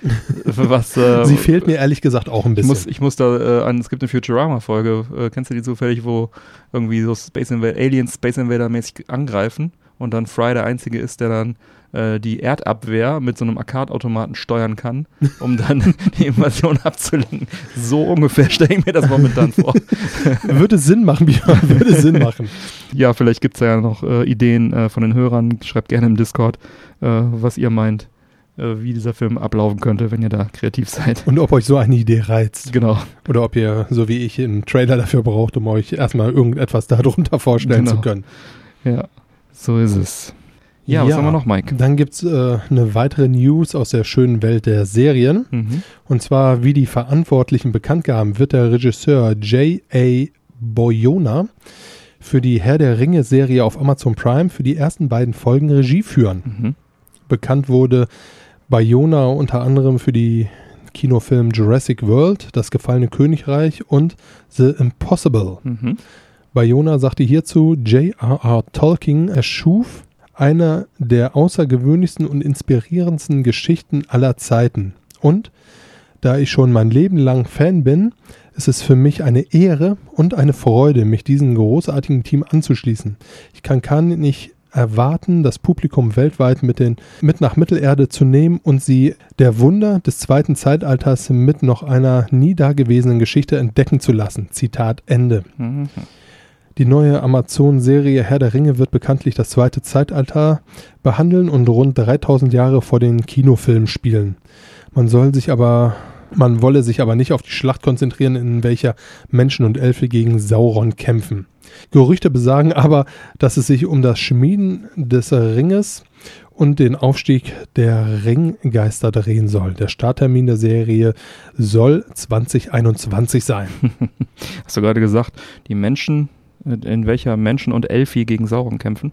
S2: Für was, äh,
S3: Sie fehlt mir ehrlich gesagt auch ein
S2: ich
S3: bisschen.
S2: muss, ich muss da äh, an, es gibt eine Futurama-Folge, äh, kennst du die zufällig, wo irgendwie so Space Invader, Aliens Space Invader-mäßig angreifen und dann Fry der Einzige ist, der dann äh, die Erdabwehr mit so einem Arcade-Automaten steuern kann, um dann die Invasion abzulenken. So ungefähr stelle ich mir das momentan vor.
S3: Würde Sinn machen, Björn, würde Sinn machen.
S2: Ja, vielleicht gibt es ja noch äh, Ideen äh, von den Hörern. Schreibt gerne im Discord, äh, was ihr meint, äh, wie dieser Film ablaufen könnte, wenn ihr da kreativ seid.
S3: Und ob euch so eine Idee reizt.
S2: Genau.
S3: Oder ob ihr, so wie ich, einen Trailer dafür braucht, um euch erstmal irgendetwas darunter vorstellen
S2: Genau.
S3: zu können.
S2: Ja, so ist es. Ja, was
S3: Ja.
S2: haben wir noch, Mike?
S3: Dann gibt es äh, eine weitere News aus der schönen Welt der Serien.
S2: Mhm.
S3: Und zwar, wie die Verantwortlichen bekannt gaben, wird der Regisseur J A. Boyona für die Herr der Ringe-Serie auf Amazon Prime für die ersten beiden Folgen Regie führen.
S2: Mhm.
S3: Bekannt wurde Bayona unter anderem für die Kinofilme Jurassic World, Das gefallene Königreich und The Impossible.
S2: Mhm.
S3: Bayona sagte hierzu, J R R. Tolkien erschuf einer der außergewöhnlichsten und inspirierendsten Geschichten aller Zeiten. Und da ich schon mein Leben lang Fan bin, ist es für mich eine Ehre und eine Freude, mich diesem großartigen Team anzuschließen. Ich kann, kann nicht erwarten, das Publikum weltweit mit, den, mit nach Mittelerde zu nehmen und sie der Wunder des zweiten Zeitalters mit noch einer nie dagewesenen Geschichte entdecken zu lassen. Zitat Ende.
S2: Mhm.
S3: Die neue Amazon-Serie Herr der Ringe wird bekanntlich das zweite Zeitalter behandeln und rund dreitausend Jahre vor den Kinofilmen spielen. Man soll sich aber, man wolle sich aber nicht auf die Schlacht konzentrieren, in welcher Menschen und Elfe gegen Sauron kämpfen. Gerüchte besagen aber, dass es sich um das Schmieden des Ringes und den Aufstieg der Ringgeister drehen soll. Der Starttermin der Serie soll zwanzig einundzwanzig sein.
S2: Hast du gerade gesagt, die Menschen, in welcher Menschen und Elfi gegen Sauron kämpfen?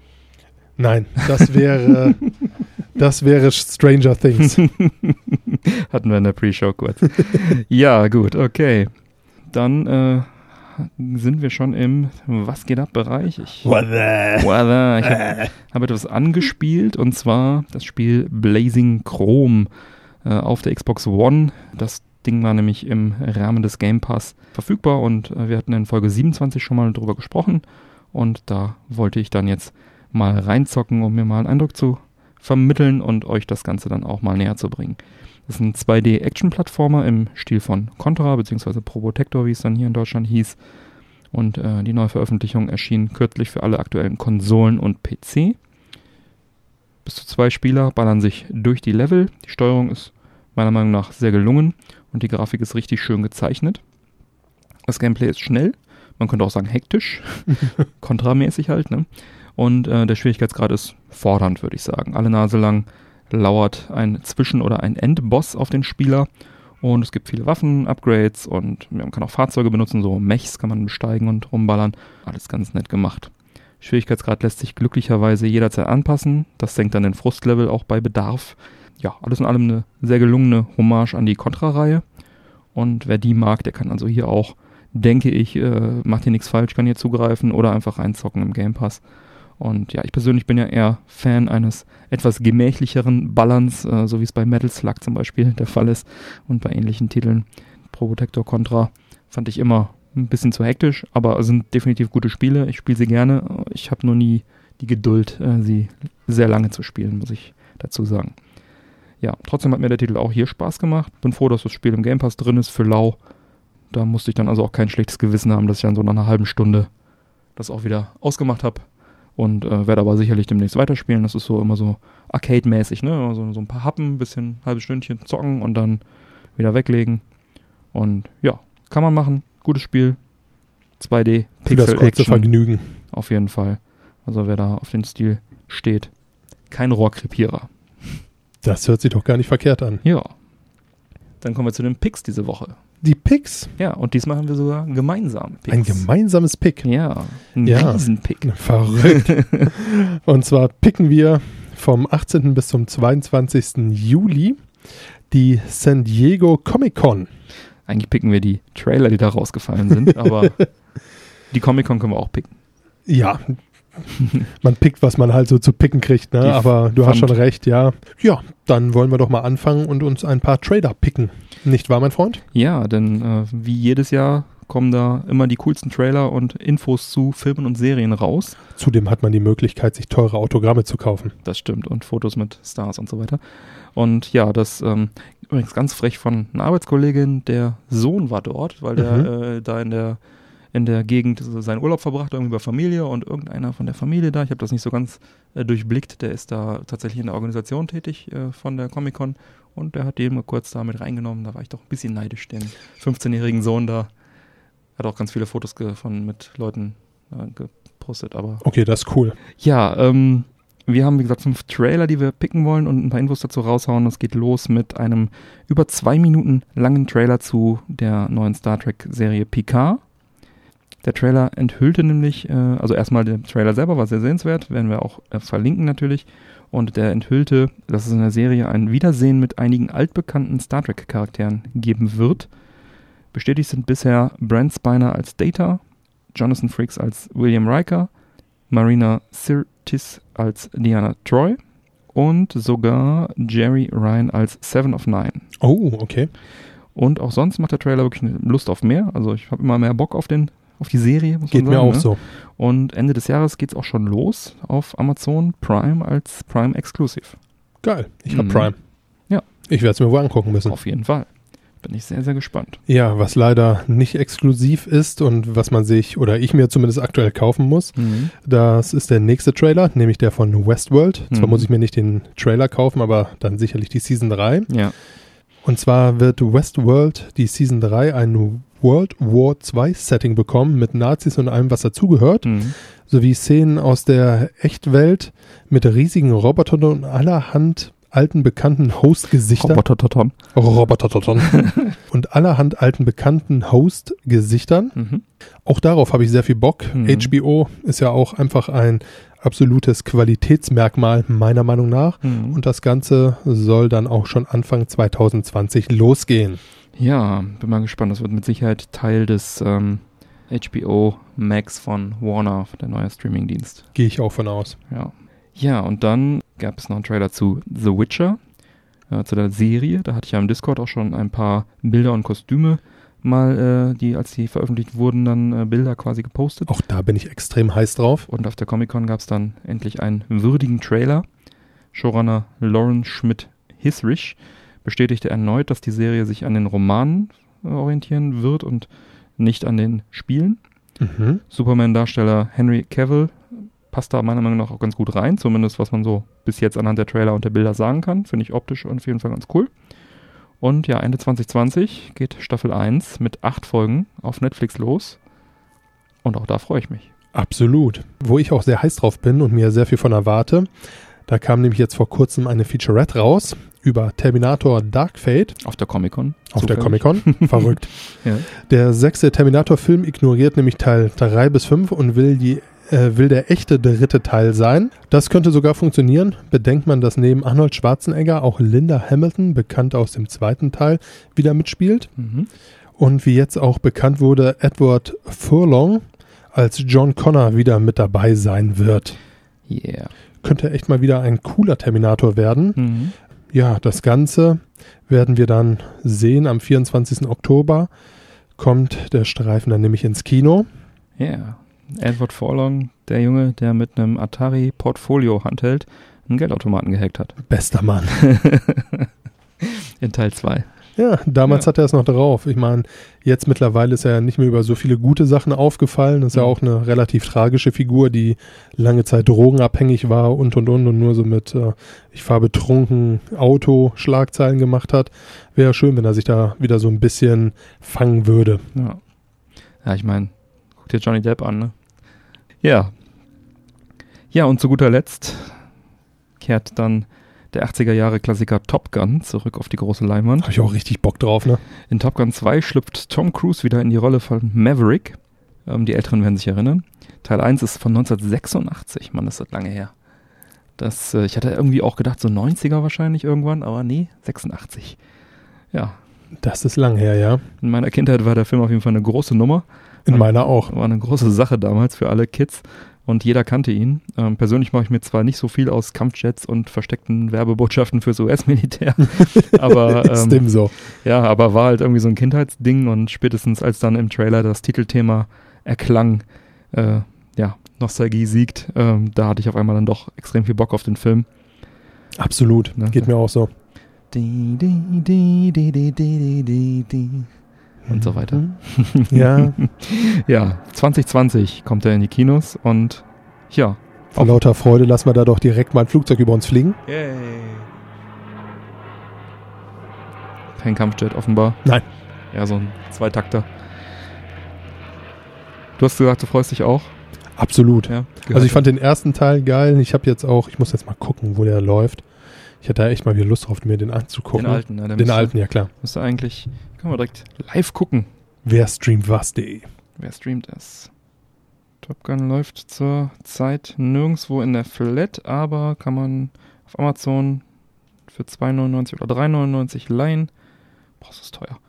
S3: Nein, das wäre, das wäre Stranger Things.
S2: Hatten wir in der Pre-Show kurz. Ja, gut, okay. Dann äh, sind wir schon im Was geht ab Bereich. Ich,
S3: Weather.
S2: Weather. Ich habe hab etwas angespielt und zwar das Spiel Blazing Chrome äh, auf der Xbox One. Das Ding war nämlich im Rahmen des Game Pass verfügbar und äh, wir hatten in Folge siebenundzwanzig schon mal drüber gesprochen und da wollte ich dann jetzt mal reinzocken, um mir mal einen Eindruck zu vermitteln und euch das Ganze dann auch mal näher zu bringen. Das ist ein zwei D-Action-Plattformer im Stil von Contra bzw. Probotector, wie es dann hier in Deutschland hieß. Und äh, die neue Veröffentlichung erschien kürzlich für alle aktuellen Konsolen und P C. Bis zu zwei Spieler ballern sich durch die Level. Die Steuerung ist meiner Meinung nach sehr gelungen und die Grafik ist richtig schön gezeichnet. Das Gameplay ist schnell, man könnte auch sagen hektisch, kontramäßig halt, ne? Und äh, der Schwierigkeitsgrad ist fordernd, würde ich sagen. Alle Nase lang lauert ein Zwischen- oder ein Endboss auf den Spieler und es gibt viele Waffen, Upgrades und man kann auch Fahrzeuge benutzen, so Mechs kann man besteigen und rumballern. Alles ganz nett gemacht. Schwierigkeitsgrad lässt sich glücklicherweise jederzeit anpassen. Das senkt dann den Frustlevel auch bei Bedarf. Ja, alles in allem eine sehr gelungene Hommage an die Contra-Reihe und wer die mag, der kann also hier auch, denke ich, äh, macht hier nichts falsch, kann hier zugreifen oder einfach reinzocken im Game Pass. Und ja, ich persönlich bin ja eher Fan eines etwas gemächlicheren Ballerns, äh, so wie es bei Metal Slug zum Beispiel der Fall ist und bei ähnlichen Titeln. Probotector Contra fand ich immer ein bisschen zu hektisch, aber sind definitiv gute Spiele. Ich spiele sie gerne. Ich habe nur nie die Geduld, äh, sie sehr lange zu spielen, muss ich dazu sagen. Ja, trotzdem hat mir der Titel auch hier Spaß gemacht. Bin froh, dass das Spiel im Game Pass drin ist für lau. Da musste ich dann also auch kein schlechtes Gewissen haben, dass ich dann so nach einer halben Stunde das auch wieder ausgemacht habe. Und äh, werde aber sicherlich demnächst weiterspielen. Das ist so immer so Arcade-mäßig, ne? So, so ein paar Happen, ein bisschen, ein halbes Stündchen zocken und dann wieder weglegen. Und ja, kann man machen. Gutes Spiel. zwei D,
S3: Für das kurze Vergnügen.
S2: Auf jeden Fall. Also wer da auf den Stil steht, kein Rohrkrepierer.
S3: Das hört sich doch gar nicht verkehrt an.
S2: Ja. Dann kommen wir zu den Picks diese Woche.
S3: Die Picks?
S2: Ja, und diesmal haben wir sogar gemeinsam Picks.
S3: Ein gemeinsames Pick.
S2: Ja, ein
S3: ja.
S2: Riesenpick.
S3: Verrückt. Und zwar picken wir vom achtzehnten bis zum zweiundzwanzigsten Juli die San Diego Comic-Con.
S2: Eigentlich picken wir die Trailer, die da rausgefallen sind, aber die Comic-Con können wir auch picken.
S3: Ja, man pickt, was man halt so zu picken kriegt, ne? Aber du hast schon recht, ja. Ja, dann wollen wir doch mal anfangen und uns ein paar Trailer picken. Nicht wahr, mein Freund?
S2: Ja, denn äh, wie jedes Jahr kommen da immer die coolsten Trailer und Infos zu Filmen und Serien raus.
S3: Zudem hat man die Möglichkeit, sich teure Autogramme zu kaufen.
S2: Das stimmt, und Fotos mit Stars und so weiter. Und ja, das ähm, übrigens ganz frech von einer Arbeitskollegin, der Sohn war dort, weil der mhm. äh, da in der in der Gegend seinen Urlaub verbracht, irgendwie bei Familie und irgendeiner von der Familie da, ich habe das nicht so ganz äh, durchblickt, der ist da tatsächlich in der Organisation tätig äh, von der Comic-Con und der hat den mal kurz da mit reingenommen, da war ich doch ein bisschen neidisch, den fünfzehnjährigen Sohn da, hat auch ganz viele Fotos ge- von mit Leuten äh, gepostet, aber...
S3: Okay, das ist cool.
S2: Ja, ähm, wir haben wie gesagt fünf Trailer, die wir picken wollen und ein paar Infos dazu raushauen. Es geht los mit einem über zwei Minuten langen Trailer zu der neuen Star Trek-Serie Picard. Der Trailer enthüllte nämlich, äh, also erstmal der Trailer selber war sehr sehenswert, werden wir auch äh, verlinken natürlich. Und der enthüllte, dass es in der Serie ein Wiedersehen mit einigen altbekannten Star Trek-Charakteren geben wird. Bestätigt sind bisher Brent Spiner als Data, Jonathan Frakes als William Riker, Marina Sirtis als Deanna Troi und sogar Jerry Ryan als Seven of Nine.
S3: Oh, okay.
S2: Und auch sonst macht der Trailer wirklich eine Lust auf mehr. Also ich habe immer mehr Bock auf den auf die Serie, muss
S3: Geht
S2: man sagen.
S3: Geht mir auch
S2: ne?
S3: so.
S2: Und Ende des Jahres geht es auch schon los auf Amazon Prime als Prime Exclusive.
S3: Geil, ich habe
S2: Mhm.
S3: Prime.
S2: Ja.
S3: Ich werde es mir wohl angucken müssen.
S2: Auf jeden Fall. Bin ich sehr, sehr gespannt.
S3: Ja, was leider nicht exklusiv ist und was man sich, oder ich mir zumindest aktuell kaufen muss,
S2: Mhm.
S3: das ist der nächste Trailer, nämlich der von Westworld.
S2: Mhm.
S3: Zwar muss ich mir nicht den Trailer kaufen, aber dann sicherlich die Season drei.
S2: Ja.
S3: Und zwar wird Westworld, die Season drei, ein World War zwei Setting bekommen mit Nazis und allem, was dazugehört,
S2: Mhm.
S3: sowie Szenen aus der Echtwelt mit riesigen Robotern und allerhand alten bekannten Host-Gesichtern.
S2: Roboter-Toton.
S3: Roboter-Toton. Und allerhand alten bekannten Host-Gesichtern.
S2: Mhm.
S3: Auch darauf habe ich sehr viel Bock.
S2: Mhm.
S3: H B O ist ja auch einfach ein absolutes Qualitätsmerkmal meiner Meinung nach.
S2: Mhm.
S3: Und das Ganze soll dann auch schon Anfang zwanzig zwanzig losgehen.
S2: Ja, bin mal gespannt. Das wird mit Sicherheit Teil des, ähm, H B O Max von Warner, der neue Streamingdienst.
S3: Gehe ich auch von aus.
S2: Ja. Ja, und dann gab es noch einen Trailer zu The Witcher, äh, zu der Serie. Da hatte ich ja im Discord auch schon ein paar Bilder und Kostüme mal, äh, die, als die veröffentlicht wurden, dann äh, Bilder quasi gepostet.
S3: Auch da bin ich extrem heiß drauf.
S2: Und auf der Comic-Con gab es dann endlich einen würdigen Trailer. Showrunner Lauren Schmidt-Hissrich bestätigte erneut, dass die Serie sich an den Romanen äh, orientieren wird und nicht an den Spielen.
S3: Mhm.
S2: Superman-Darsteller Henry Cavill passt da meiner Meinung nach auch ganz gut rein, zumindest was man so bis jetzt anhand der Trailer und der Bilder sagen kann. Finde ich optisch auf jeden Fall ganz cool. Und ja, Ende zwanzig zwanzig geht Staffel eins mit acht Folgen auf Netflix los. Und auch da freue ich mich.
S3: Absolut. Wo ich auch sehr heiß drauf bin und mir sehr viel von erwarte, da kam nämlich jetzt vor kurzem eine Featurette raus über Terminator Dark Fate.
S2: Auf der Comic-Con.
S3: Auf der
S2: zufällig.
S3: Comic-Con. Verrückt.
S2: Ja.
S3: Der sechste Terminator-Film ignoriert nämlich Teil drei bis fünf und will die äh, will der echte dritte Teil sein. Das könnte sogar funktionieren. Bedenkt man, dass neben Arnold Schwarzenegger auch Linda Hamilton, bekannt aus dem zweiten Teil, wieder mitspielt.
S2: Mhm.
S3: Und wie jetzt auch bekannt wurde, Edward Furlong als John Connor wieder mit dabei sein wird.
S2: Yeah.
S3: Könnte echt mal wieder ein cooler Terminator werden.
S2: Mhm.
S3: Ja, das Ganze werden wir dann sehen. Am vierundzwanzigsten Oktober kommt der Streifen dann nämlich ins Kino.
S2: Ja. Yeah. Edward Furlong, der Junge, der mit einem Atari Portfolio Handheld einen Geldautomaten gehackt hat.
S3: Bester Mann.
S2: In Teil zwei.
S3: Ja, damals
S2: Ja.
S3: hat er es noch drauf. Ich meine, jetzt mittlerweile ist er ja nicht mehr über so viele gute Sachen aufgefallen. Das ist ja
S2: Mhm.
S3: auch eine relativ tragische Figur, die lange Zeit drogenabhängig war und und und und nur so mit äh, ich fahre betrunken Auto Schlagzeilen gemacht hat. Wäre schön, wenn er sich da wieder so ein bisschen fangen würde.
S2: Ja. Ja, ich meine, guck dir Johnny Depp an, ne? Ja. Ja, und zu guter Letzt kehrt dann der achtziger Jahre Klassiker Top Gun zurück auf die große Leinwand.
S3: Habe ich auch richtig Bock drauf, ne?
S2: In Top Gun zwei schlüpft Tom Cruise wieder in die Rolle von Maverick. Ähm, die Älteren werden sich erinnern. Teil eins ist von neunzehnhundertsechsundachtzig. Mann, das ist lange her. Das, äh, ich hatte irgendwie auch gedacht, so neunziger wahrscheinlich irgendwann, aber nee, sechsundachtzig. Ja,
S3: Das ist lang her, ja.
S2: in meiner Kindheit war der Film auf jeden Fall eine große Nummer.
S3: In meiner auch.
S2: War eine große Sache damals für alle Kids und jeder kannte ihn. Ähm, persönlich mache ich mir zwar nicht so viel aus Kampfjets und versteckten Werbebotschaften fürs U S-Militär, aber
S3: Ist
S2: ähm,
S3: dem so.
S2: ja, aber war halt irgendwie so ein Kindheitsding und spätestens als dann im Trailer das Titelthema erklang, äh, ja, Nostalgie siegt, ähm, da hatte ich auf einmal dann doch extrem viel Bock auf den Film.
S3: Absolut.
S2: Ne?
S3: Geht mir auch so.
S2: Die, die, die, die, die, die, die, die. Und so weiter.
S3: Ja,
S2: Ja, zwanzig zwanzig kommt er in die Kinos und ja.
S3: vor lauter Freude lassen wir da doch direkt mal ein Flugzeug über uns fliegen.
S2: Yay. Kein Kampfjet offenbar.
S3: Nein.
S2: Ja, so ein Zweitakter. Du hast gesagt, du freust dich auch.
S3: Absolut.
S2: Ja,
S3: Also ich fand den ersten Teil geil. Ich habe jetzt auch, ich muss jetzt mal gucken, wo der läuft. Ich hatte da echt mal wieder Lust drauf, mir den anzugucken.
S2: den alten. Ne? Der
S3: Den
S2: müsste-
S3: alten, ja klar.
S2: Müsste eigentlich, können wir direkt live gucken.
S3: Wer streamt was.de.
S2: Wer streamt es? Top Gun läuft zur Zeit nirgendwo in der Flat, aber kann man auf Amazon für zwei neunundneunzig oder drei neunundneunzig leihen. Boah, das ist teuer.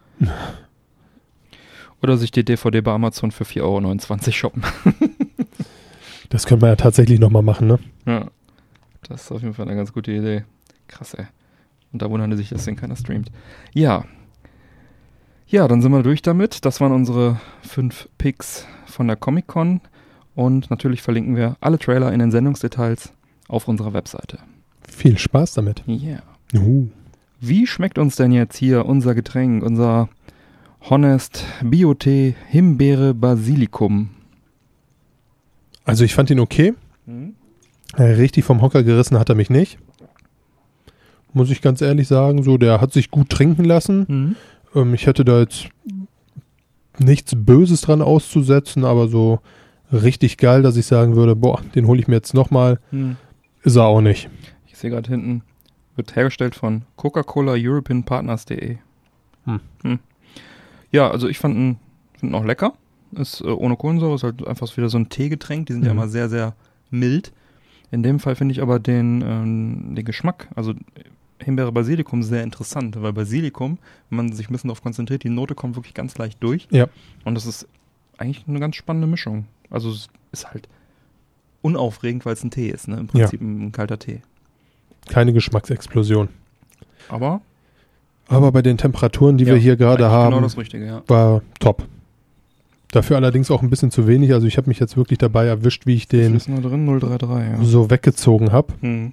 S2: Oder sich die D V D bei Amazon für vier neunundzwanzig Euro shoppen.
S3: Das könnte man ja tatsächlich nochmal machen, ne?
S2: Ja, das ist auf jeden Fall eine ganz gute Idee. Krass, ey. Und da wundern die sich, dass den keiner streamt. Ja. Ja, dann sind wir durch damit. Das waren unsere fünf Picks von der Comic-Con. Und natürlich verlinken wir alle Trailer in den Sendungsdetails auf unserer Webseite.
S3: Viel Spaß damit.
S2: Yeah.
S3: Uh.
S2: Wie schmeckt uns denn jetzt hier unser Getränk, unser Honest Bio-Tee Himbeere Basilikum?
S3: Also ich fand ihn okay.
S2: Mhm.
S3: Äh, Richtig vom Hocker gerissen hat er mich nicht. Muss ich ganz ehrlich sagen. So, der hat sich gut trinken lassen.
S2: Mhm.
S3: Ähm, ich hätte da jetzt nichts Böses dran auszusetzen, aber so richtig geil, dass ich sagen würde, boah, den hole ich mir jetzt nochmal.
S2: Mhm.
S3: Ist er auch nicht.
S2: Ich sehe gerade hinten, wird hergestellt von Coca-Cola European Partners punkt de.
S3: Hm.
S2: Hm. Ja, also ich fand ihn, find ihn auch lecker. Ist äh, ohne Kohlensäure, ist halt einfach wieder so ein Teegetränk. Die sind
S3: Mhm.
S2: ja immer sehr, sehr mild. In dem Fall finde ich aber den, ähm, den Geschmack, also Himbeere Basilikum, sehr interessant, weil Basilikum, wenn man sich ein bisschen darauf konzentriert, die Note kommt wirklich ganz leicht durch.
S3: Ja.
S2: Und das ist eigentlich eine ganz spannende Mischung. Also es ist halt unaufregend, weil es ein Tee ist, ne? Im Prinzip ja. ein, ein kalter Tee.
S3: Keine Geschmacksexplosion.
S2: Aber?
S3: Aber bei den Temperaturen, die
S2: ja,
S3: wir hier gerade haben,
S2: genau das Richtige, ja.
S3: war top. Dafür allerdings auch ein bisschen zu wenig. Also ich habe mich jetzt wirklich dabei erwischt, wie ich den
S2: ist nur drin? null Komma dreiunddreißig, ja.
S3: so weggezogen habe.
S2: Hm.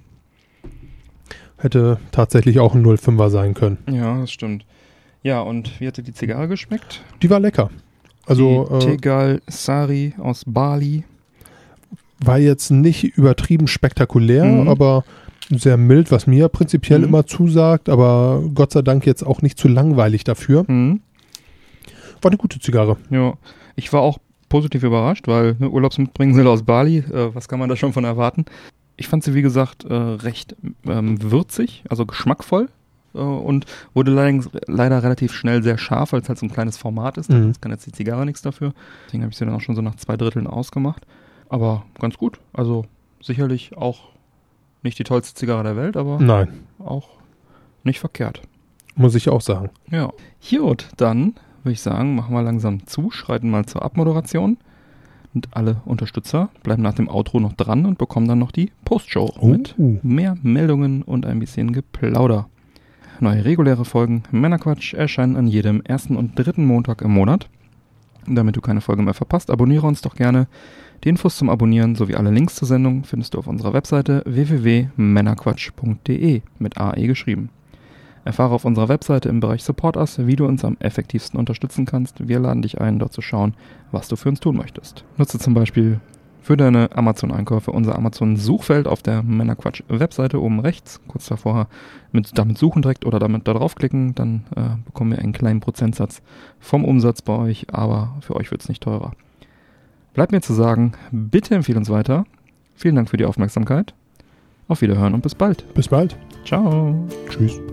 S3: Hätte tatsächlich auch ein null Komma fünfer sein können.
S2: Ja, das stimmt. Ja, und wie hat dir die Zigarre geschmeckt?
S3: Die war lecker. Also
S2: die
S3: äh,
S2: Tegal Sari aus Bali.
S3: War jetzt nicht übertrieben spektakulär,
S2: mhm.
S3: aber sehr mild, was mir prinzipiell
S2: mhm.
S3: immer zusagt, aber Gott sei Dank jetzt auch nicht zu langweilig dafür.
S2: Mhm.
S3: War eine gute Zigarre.
S2: Ja, ich war auch positiv überrascht, weil ne, Urlaubsmitbringsel aus Bali, äh, was kann man da schon von erwarten? Ich fand sie, wie gesagt, äh, recht ähm, würzig, also geschmackvoll äh, und wurde leider, leider relativ schnell sehr scharf, weil es halt so ein kleines Format ist.
S3: Mhm.
S2: Das kann jetzt die Zigarre nichts dafür. Deswegen habe ich sie dann auch schon so nach zwei Dritteln ausgemacht. Aber ganz gut. Also sicherlich auch nicht die tollste Zigarre der Welt, aber
S3: Nein.
S2: auch nicht verkehrt.
S3: Muss ich auch sagen.
S2: Ja. Gut, dann würde ich sagen, machen wir langsam zu, schreiten mal zur Abmoderation. Und alle Unterstützer bleiben nach dem Outro noch dran und bekommen dann noch die Postshow
S3: Oh.
S2: mit mehr Meldungen und ein bisschen Geplauder. Neue reguläre Folgen Männerquatsch erscheinen an jedem ersten und dritten Montag im Monat. Damit du keine Folge mehr verpasst, abonniere uns doch gerne. Die Infos zum Abonnieren sowie alle Links zur Sendung findest du auf unserer Webseite w w w punkt männerquatsch punkt d e mit A E geschrieben. Erfahre auf unserer Webseite im Bereich Support Us, wie du uns am effektivsten unterstützen kannst. Wir laden dich ein, dort zu schauen, was du für uns tun möchtest. Nutze zum Beispiel für deine Amazon-Einkäufe unser Amazon-Suchfeld auf der Männerquatsch-Webseite oben rechts, kurz davor mit damit suchen direkt oder damit da draufklicken, dann äh, bekommen wir einen kleinen Prozentsatz vom Umsatz bei euch, aber für euch wird es nicht teurer. Bleibt mir zu sagen, bitte empfehle uns weiter. Vielen Dank für die Aufmerksamkeit. Auf Wiederhören und bis bald.
S3: Bis bald.
S2: Ciao.
S3: Tschüss.